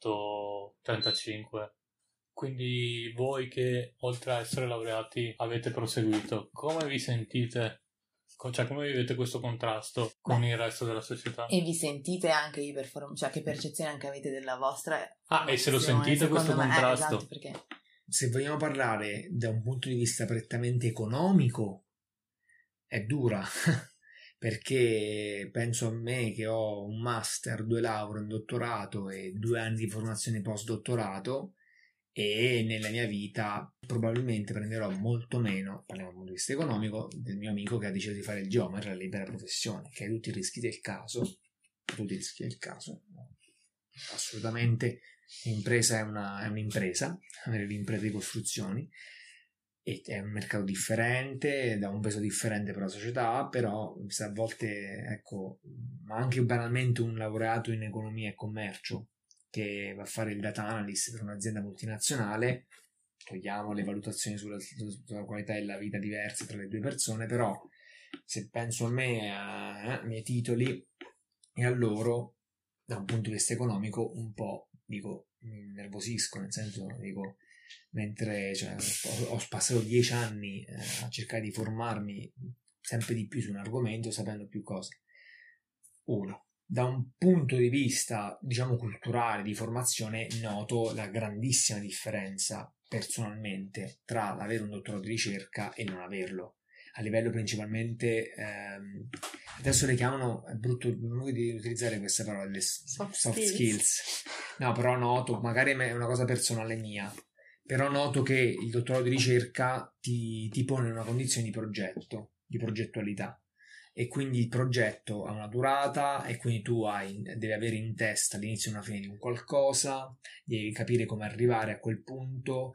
18-35. Quindi voi che oltre a essere laureati avete proseguito, come vi sentite? Cioè, come vivete questo contrasto con il resto della società? E vi sentite anche cioè che percezione anche avete della vostra e se lo sentite questo contrasto? Esatto, perché se vogliamo parlare da un punto di vista prettamente economico è dura perché penso a me che ho un master, 2 lauree, un dottorato e 2 anni di formazione post-dottorato e nella mia vita probabilmente prenderò molto meno, parliamo dal punto di vista economico, del mio amico che ha deciso di fare il geometra, la libera professione, che ha tutti i rischi del caso, no? Assolutamente l'impresa è un'impresa, avere l'impresa di costruzioni, e è un mercato differente, dà un peso differente per la società, però se a volte, ecco, ma anche banalmente un laureato in economia e commercio che va a fare il data analyst per un'azienda multinazionale, togliamo le valutazioni sulla qualità della vita diverse tra le due persone, però se penso a me, ai miei titoli e a loro, da un punto di vista economico, un po', dico, mi innervosisco, nel senso, dico, mentre ho passato 10 anni a cercare di formarmi sempre di più su un argomento, sapendo più cose. Uno, da un punto di vista, diciamo, culturale, di formazione, noto la grandissima differenza personalmente tra l'avere un dottorato di ricerca e non averlo. A livello principalmente, adesso le chiamano, è brutto di utilizzare queste parole, le soft skills. No, però noto, magari è una cosa personale mia, però noto che il dottorato di ricerca ti pone in una condizione di progetto, di progettualità, e quindi il progetto ha una durata e quindi tu devi avere in testa l'inizio e una fine di un qualcosa, devi capire come arrivare a quel punto,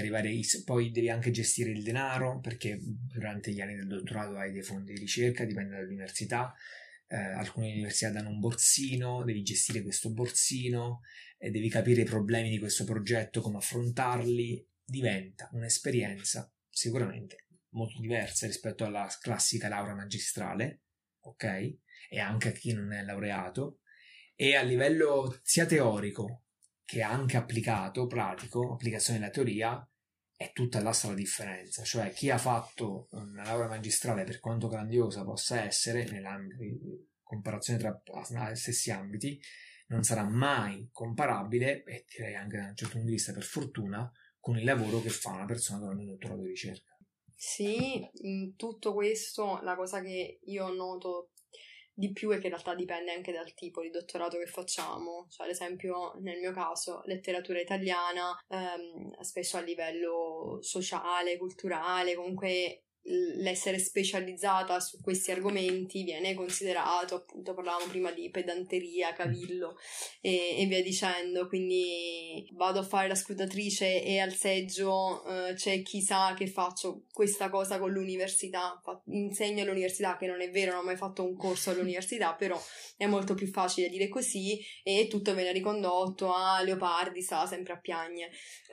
poi devi anche gestire il denaro, perché durante gli anni del dottorato hai dei fondi di ricerca, dipende dall'università, alcune università danno un borsino, devi gestire questo borsino, e devi capire i problemi di questo progetto, come affrontarli. Diventa un'esperienza sicuramente molto diversa rispetto alla classica laurea magistrale, ok? E anche a chi non è laureato, e a livello sia teorico che anche applicato, pratico, applicazione della teoria, è tutta là la differenza. Cioè chi ha fatto una laurea magistrale, per quanto grandiosa possa essere nell'ambito di comparazione tra stessi ambiti, non sarà mai comparabile, e direi anche da un certo punto di vista per fortuna, con il lavoro che fa una persona durante il dottorato di ricerca. Sì, in tutto questo la cosa che io noto di più è che in realtà dipende anche dal tipo di dottorato che facciamo. Cioè, ad esempio, nel mio caso, letteratura italiana, spesso a livello sociale, culturale, comunque l'essere specializzata su questi argomenti viene considerato, appunto, parlavamo prima di pedanteria, cavillo e via dicendo. Quindi vado a fare la scrutatrice e al seggio c'è chi sa che faccio questa cosa con l'università, insegno all'università, che non è vero, non ho mai fatto un corso all'università, però è molto più facile dire così, e tutto viene ricondotto a Leopardi sta sempre a piagne,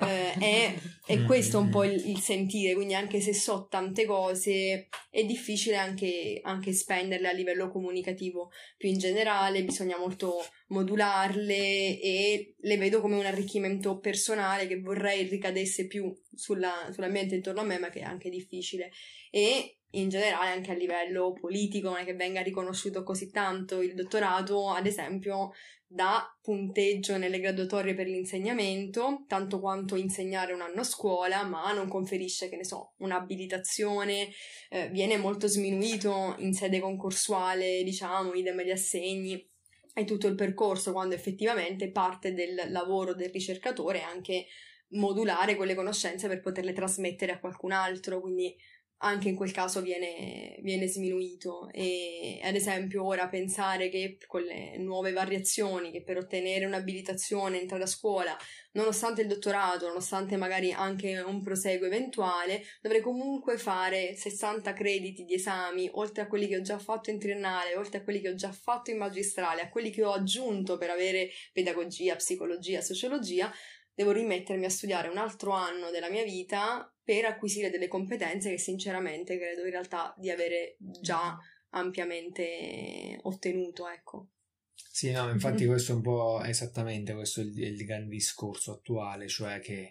e questo è un po' il sentire. Quindi anche se so tante cose è difficile anche spenderle a livello comunicativo. Più in generale bisogna molto modularle, e le vedo come un arricchimento personale che vorrei ricadesse più sull'ambiente intorno a me, ma che è anche difficile. E in generale anche a livello politico non è che venga riconosciuto così tanto. Il dottorato, ad esempio, dà punteggio nelle graduatorie per l'insegnamento, tanto quanto insegnare un anno a scuola, ma non conferisce, che ne so, un'abilitazione, viene molto sminuito in sede concorsuale, diciamo, idem gli assegni e tutto il percorso, quando effettivamente parte del lavoro del ricercatore è anche modulare quelle conoscenze per poterle trasmettere a qualcun altro, quindi anche in quel caso viene sminuito. E ad esempio ora pensare che con le nuove variazioni, che per ottenere un'abilitazione, entrare a scuola, nonostante il dottorato, nonostante magari anche un proseguo eventuale, dovrei comunque fare 60 crediti di esami, oltre a quelli che ho già fatto in triennale, oltre a quelli che ho già fatto in magistrale, a quelli che ho aggiunto per avere pedagogia, psicologia, sociologia. Devo rimettermi a studiare un altro anno della mia vita per acquisire delle competenze che sinceramente credo in realtà di avere già ampiamente ottenuto, ecco. Sì, no, infatti questo è un po' esattamente questo il grande discorso attuale, cioè che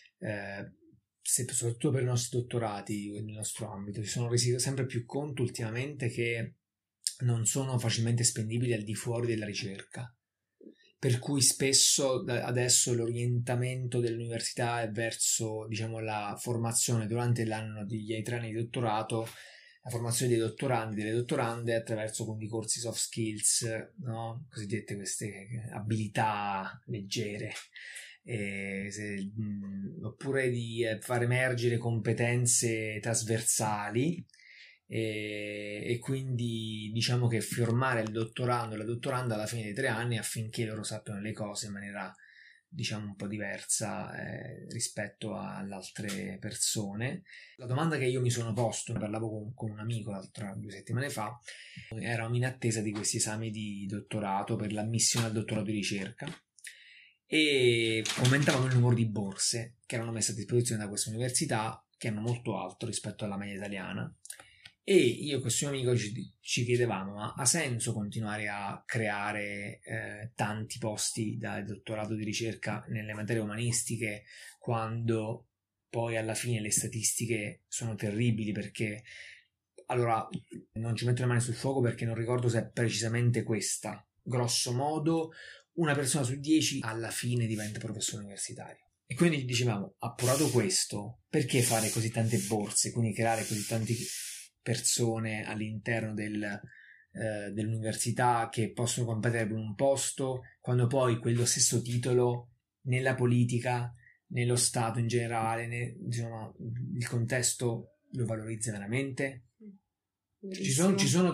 soprattutto per i nostri dottorati nel nostro ambito si sono resi sempre più conto ultimamente che non sono facilmente spendibili al di fuori della ricerca. Per cui spesso adesso l'orientamento dell'università è verso, diciamo, la formazione durante l'anno degli 3 anni di dottorato, la formazione dei dottorandi e delle dottorande attraverso quindi corsi soft skills, no? Cosiddette queste abilità leggere, oppure di far emergere competenze trasversali, e quindi diciamo che formare il dottorando e la dottoranda alla fine dei 3 anni affinché loro sappiano le cose in maniera diciamo un po' diversa rispetto alle altre persone. La domanda che io mi sono posto, parlavo con un amico 2 settimane fa, eravamo in attesa di questi esami di dottorato per l'ammissione al dottorato di ricerca e commentavamo il numero di borse che erano messe a disposizione da queste università, che erano molto alto rispetto alla media italiana. E io e questo mio amico ci chiedevamo: ma ha senso continuare a creare tanti posti da dottorato di ricerca nelle materie umanistiche quando poi alla fine le statistiche sono terribili? Perché allora non ci metto le mani sul fuoco perché non ricordo se è precisamente questa, grosso modo una persona su 10 alla fine diventa professore universitario. E quindi dicevamo, appurato questo, perché fare così tante borse, quindi creare così tanti persone all'interno dell'università che possono competere per un posto, quando poi quello stesso titolo nella politica, nello Stato in generale, diciamo, il contesto lo valorizza veramente? Ci sono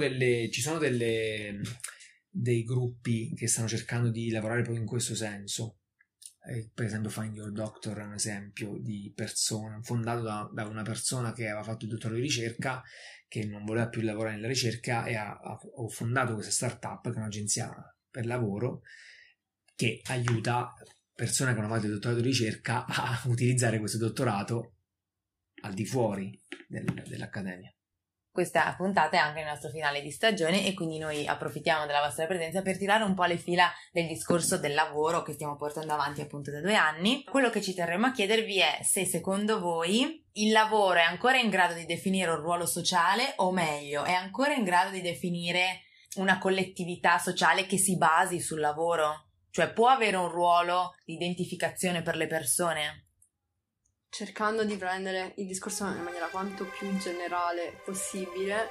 dei gruppi che stanno cercando di lavorare proprio in questo senso. Per esempio Find Your Doctor è un esempio di persona fondato da una persona che aveva fatto il dottorato di ricerca, che non voleva più lavorare nella ricerca, e ha fondato questa startup che è un'agenzia per lavoro che aiuta persone che hanno fatto il dottorato di ricerca a utilizzare questo dottorato al di fuori dell'accademia. Questa puntata è anche il nostro finale di stagione e quindi noi approfittiamo della vostra presenza per tirare un po' le fila del discorso del lavoro che stiamo portando avanti appunto da 2 anni. Quello che ci terremo a chiedervi è se secondo voi il lavoro è ancora in grado di definire un ruolo sociale, o meglio, è ancora in grado di definire una collettività sociale che si basi sul lavoro? Cioè può avere un ruolo di identificazione per le persone? Cercando di prendere il discorso in maniera quanto più generale possibile,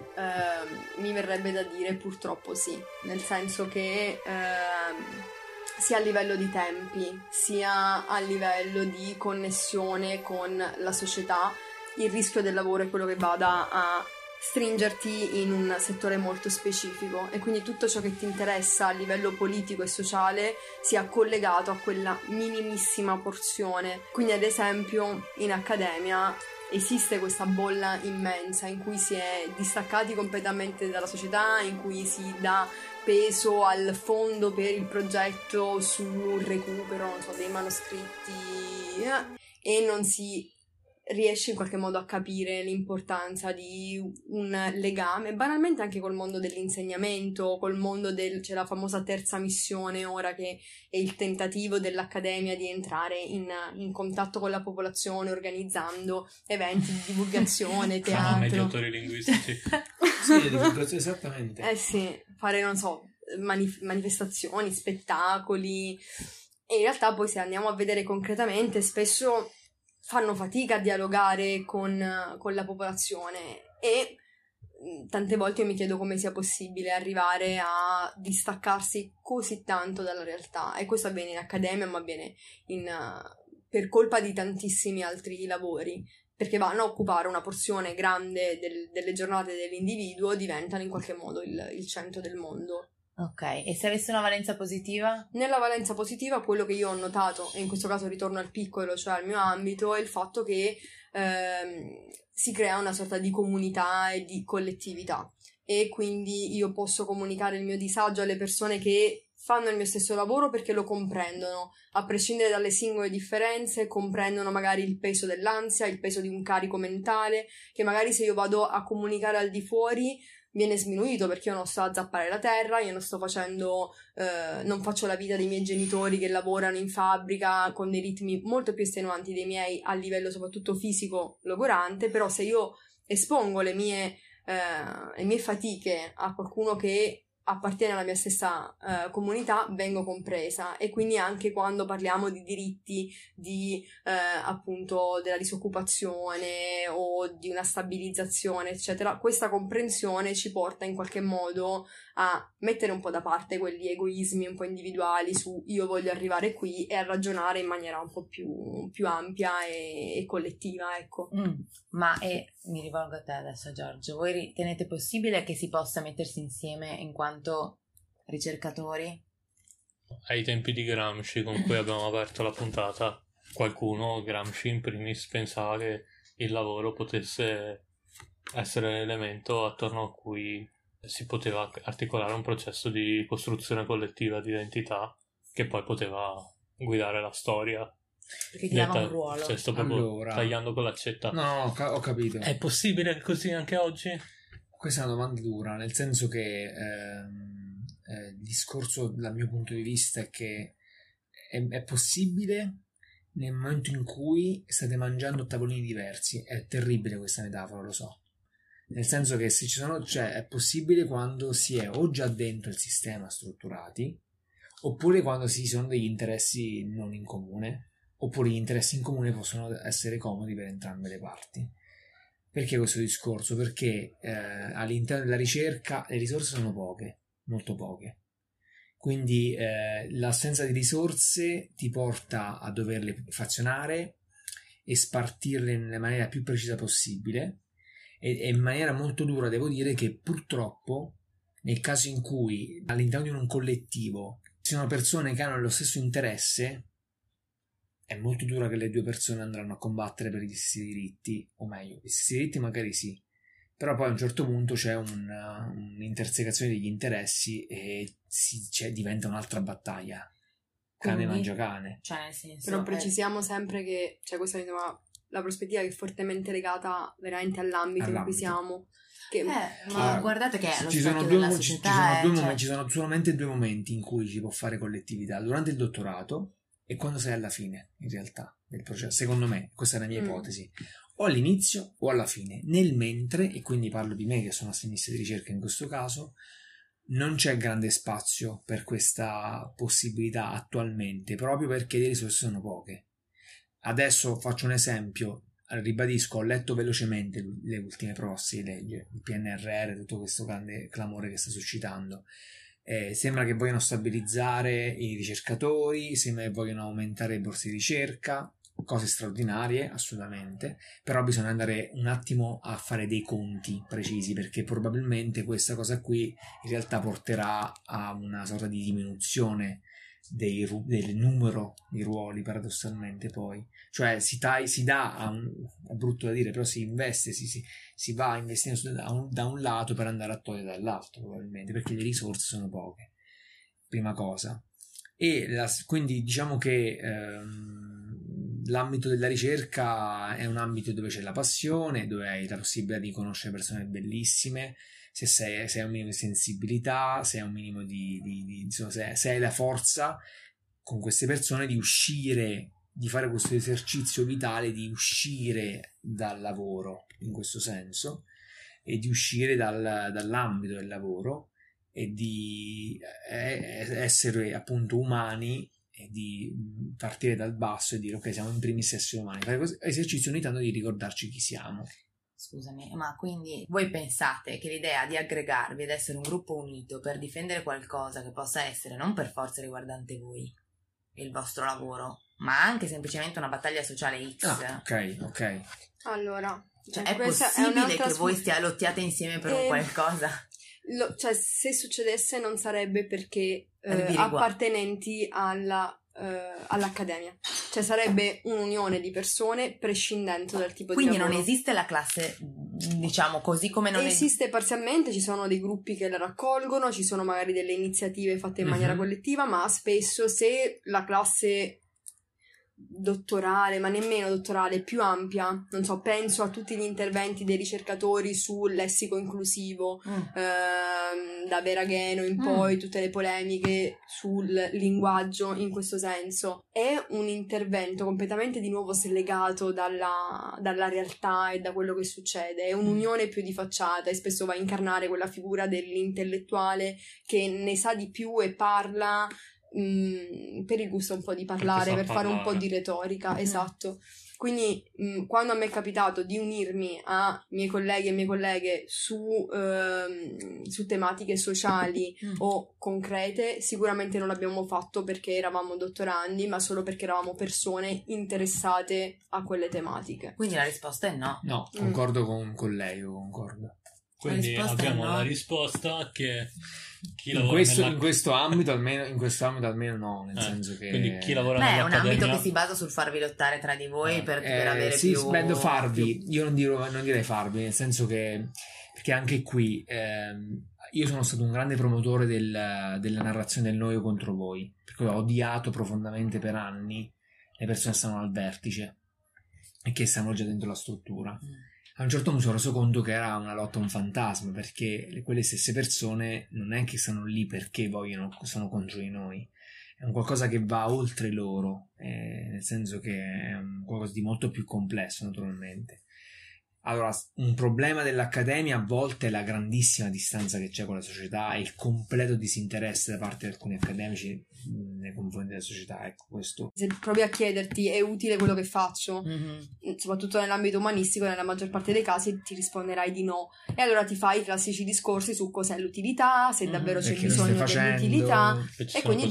mi verrebbe da dire purtroppo sì, nel senso che sia a livello di tempi, sia a livello di connessione con la società, il rischio del lavoro è quello che vada a stringerti in un settore molto specifico e quindi tutto ciò che ti interessa a livello politico e sociale sia collegato a quella minimissima porzione. Quindi ad esempio in accademia esiste questa bolla immensa in cui si è distaccati completamente dalla società, in cui si dà peso al fondo per il progetto sul recupero, non so, dei manoscritti e non si riesce in qualche modo a capire l'importanza di un legame banalmente anche col mondo dell'insegnamento, col mondo c'è la famosa terza missione ora, che è il tentativo dell'accademia di entrare in contatto con la popolazione organizzando eventi di divulgazione, teatro. Mediatori linguistici. Sì, divulgazione, esattamente. Sì, fare, non so, manifestazioni, spettacoli, e in realtà poi se andiamo a vedere concretamente spesso fanno fatica a dialogare con la popolazione e tante volte io mi chiedo come sia possibile arrivare a distaccarsi così tanto dalla realtà, e questo avviene in accademia ma avviene per colpa di tantissimi altri lavori, perché vanno a occupare una porzione grande delle giornate dell'individuo, diventano in qualche modo il centro del mondo. Ok, e se avesse una valenza positiva? Nella valenza positiva quello che io ho notato, e in questo caso ritorno al piccolo, cioè al mio ambito, è il fatto che si crea una sorta di comunità e di collettività, e quindi io posso comunicare il mio disagio alle persone che fanno il mio stesso lavoro perché lo comprendono, a prescindere dalle singole differenze, comprendono magari il peso dell'ansia, il peso di un carico mentale, che magari se io vado a comunicare al di fuori viene sminuito, perché io non sto a zappare la terra, io non sto facendo, non faccio la vita dei miei genitori che lavorano in fabbrica con dei ritmi molto più estenuanti dei miei a livello soprattutto fisico logorante, però se io espongo le mie fatiche a qualcuno che appartiene alla mia stessa comunità, vengo compresa, e quindi anche quando parliamo di diritti di appunto della disoccupazione o di una stabilizzazione eccetera, questa comprensione ci porta in qualche modo a mettere un po' da parte quegli egoismi un po' individuali su io voglio arrivare qui, e a ragionare in maniera un po' più ampia e collettiva, ecco. Ma mi rivolgo a te adesso, Giorgio, voi ritenete possibile che si possa mettersi insieme in quanto ricercatori? Ai tempi di Gramsci, con cui abbiamo aperto la puntata, qualcuno, Gramsci in primis, pensava che il lavoro potesse essere l'elemento attorno a cui si poteva articolare un processo di costruzione collettiva di identità che poi poteva guidare la storia. Perché ti dava un ruolo. Cioè, sto proprio tagliando con l'accetta. No, ho capito. È possibile così anche oggi? Questa è una domanda dura, nel senso che il discorso dal mio punto di vista è che è possibile nel momento in cui state mangiando a tavolini diversi. È terribile questa metafora, lo so. Nel senso che se ci sono, cioè è possibile quando si è o già dentro il sistema strutturati, oppure quando si sono degli interessi non in comune, oppure gli interessi in comune possono essere comodi per entrambe le parti. Perché questo discorso? Perché all'interno della ricerca le risorse sono poche, molto poche. Quindi l'assenza di risorse ti porta a doverle frazionare e spartirle nella maniera più precisa possibile, e in maniera molto dura devo dire che purtroppo nel caso in cui all'interno di un collettivo ci sono persone che hanno lo stesso interesse, è molto dura che le due persone andranno a combattere per gli stessi diritti, o meglio, gli stessi diritti magari sì, però poi a un certo punto c'è un'intersecazione degli interessi e diventa un'altra battaglia. Cane mangia cane. Cioè, nel senso, però precisiamo sempre che, cioè, questa è la prospettiva che è fortemente legata veramente all'ambito in cui siamo. Ma guardate che è lo ci sono specchio della società. Ci sono solamente due momenti in cui si può fare collettività: durante il dottorato e quando sei alla fine, in realtà, del processo. Secondo me, questa è la mia ipotesi, o all'inizio o alla fine. Nel mentre, e quindi parlo di me che sono assenista di ricerca in questo caso, non c'è grande spazio per questa possibilità attualmente, proprio perché le risorse sono poche. Adesso faccio un esempio, ribadisco, ho letto velocemente le ultime proposte di legge, il PNRR, tutto questo grande clamore che sta suscitando. Sembra che vogliano stabilizzare i ricercatori, sembra che vogliano aumentare le borse di ricerca, cose straordinarie assolutamente, però bisogna andare un attimo a fare dei conti precisi, perché probabilmente questa cosa qui in realtà porterà a una sorta di diminuzione del numero di ruoli, paradossalmente. Poi cioè si dà è brutto da dire, però si investe, si va a investire da un lato per andare a togliere dall'altro, probabilmente perché le risorse sono poche, prima cosa. E quindi diciamo che l'ambito della ricerca è un ambito dove c'è la passione, dove hai la possibilità di conoscere persone bellissime, se hai un minimo di sensibilità, se hai un minimo insomma, se hai la forza con queste persone di uscire, di fare questo esercizio vitale, di uscire dal lavoro in questo senso, e di uscire dall'ambito del lavoro e di essere appunto umani, e di partire dal basso e dire ok, siamo in primis esseri umani, fare questo esercizio ogni tanto di ricordarci chi siamo. Scusami, ma quindi voi pensate che l'idea di aggregarvi ed essere un gruppo unito per difendere qualcosa che possa essere non per forza riguardante voi e il vostro lavoro, ma anche semplicemente una battaglia sociale X? Ok. Allora, cioè, è possibile che voi lottiate insieme per un qualcosa? Cioè, se succedesse non sarebbe perché appartenenti all'accademia, cioè sarebbe un'unione di persone prescindendo dal tipo quindi di lavoro. Non esiste la classe, diciamo, così come non esiste parzialmente, ci sono dei gruppi che la raccolgono, ci sono magari delle iniziative fatte in maniera collettiva, ma spesso se la classe dottorale, ma nemmeno dottorale, più ampia. Non so, penso a tutti gli interventi dei ricercatori sul lessico inclusivo, da Veragheno in poi, tutte le polemiche sul linguaggio in questo senso. È un intervento completamente di nuovo slegato dalla realtà e da quello che succede, è un'unione più di facciata e spesso va a incarnare quella figura dell'intellettuale che ne sa di più e parla per il gusto un po' di parlare, per fare un po' di retorica, esatto. Quindi quando a me è capitato di unirmi a miei colleghi e mie colleghe su tematiche sociali o concrete, sicuramente non l'abbiamo fatto perché eravamo dottorandi, ma solo perché eravamo persone interessate a quelle tematiche. Quindi la risposta è no. No, concordo con lei, concordo. Quindi abbiamo la risposta che chi in questo ambito almeno no, nel senso che quindi chi lavora è un nell'accademia... ambito che si basa sul farvi lottare tra di voi per avere sì, più... Sì, farvi, io non direi farvi, nel senso che perché anche qui io sono stato un grande promotore della narrazione del noi contro voi, perché ho odiato profondamente per anni le persone che stanno al vertice e che stanno già dentro la struttura. A un certo punto mi sono reso conto che era una lotta a un fantasma, perché quelle stesse persone non è che stanno lì perché sono contro di noi, è un qualcosa che va oltre loro, nel senso che è qualcosa di molto più complesso naturalmente. Allora, un problema dell'accademia a volte è la grandissima distanza che c'è con la società e il completo disinteresse da parte di alcuni accademici nei confronti della società, ecco questo. Se provi a chiederti è utile quello che faccio, soprattutto nell'ambito umanistico, nella maggior parte dei casi ti risponderai di no, e allora ti fai i classici discorsi su cos'è l'utilità, se davvero c'è bisogno dell'utilità, e quindi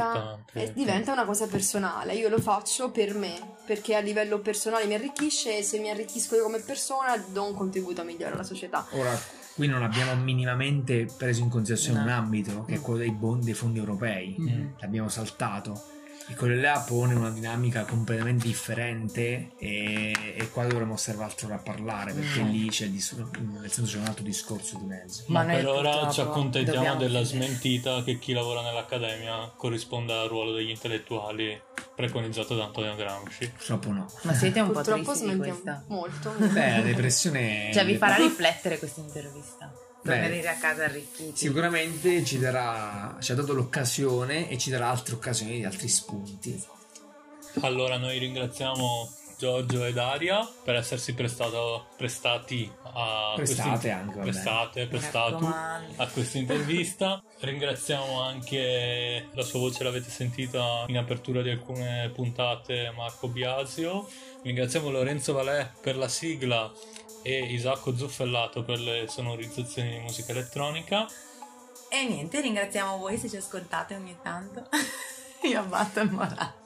diventa una cosa personale. Io lo faccio per me, perché a livello personale mi arricchisce, e se mi arricchisco io come persona do un contributo a migliorare la società. Ora, qui non abbiamo minimamente preso in considerazione un ambito che è quello dei fondi europei, l'abbiamo saltato, e quello là pone una dinamica completamente differente, e qua dovremmo osservare altro da parlare, perché lì c'è nel senso c'è un altro discorso di mezzo. Ma per ora ci accontentiamo della smentita che chi lavora nell'accademia corrisponda al ruolo degli intellettuali preconizzato da Antonio Gramsci. Purtroppo no. Ma siete un po' Purtroppo tristi di questa? Molto. Beh, la depressione... Cioè vi farà riflettere questa intervista? Tornerete a casa arricchiti? Sicuramente ci ha dato l'occasione e ci darà altre occasioni di altri spunti. Allora noi ringraziamo Giorgio e Daria per essersi prestati a questa intervista. Ringraziamo anche, la sua voce l'avete sentita in apertura di alcune puntate, Marco Biasio. Ringraziamo Lorenzo Valè per la sigla e Isacco Zuffellato per le sonorizzazioni di musica elettronica. E niente, ringraziamo voi se ci ascoltate ogni tanto. Io abbatto il morale.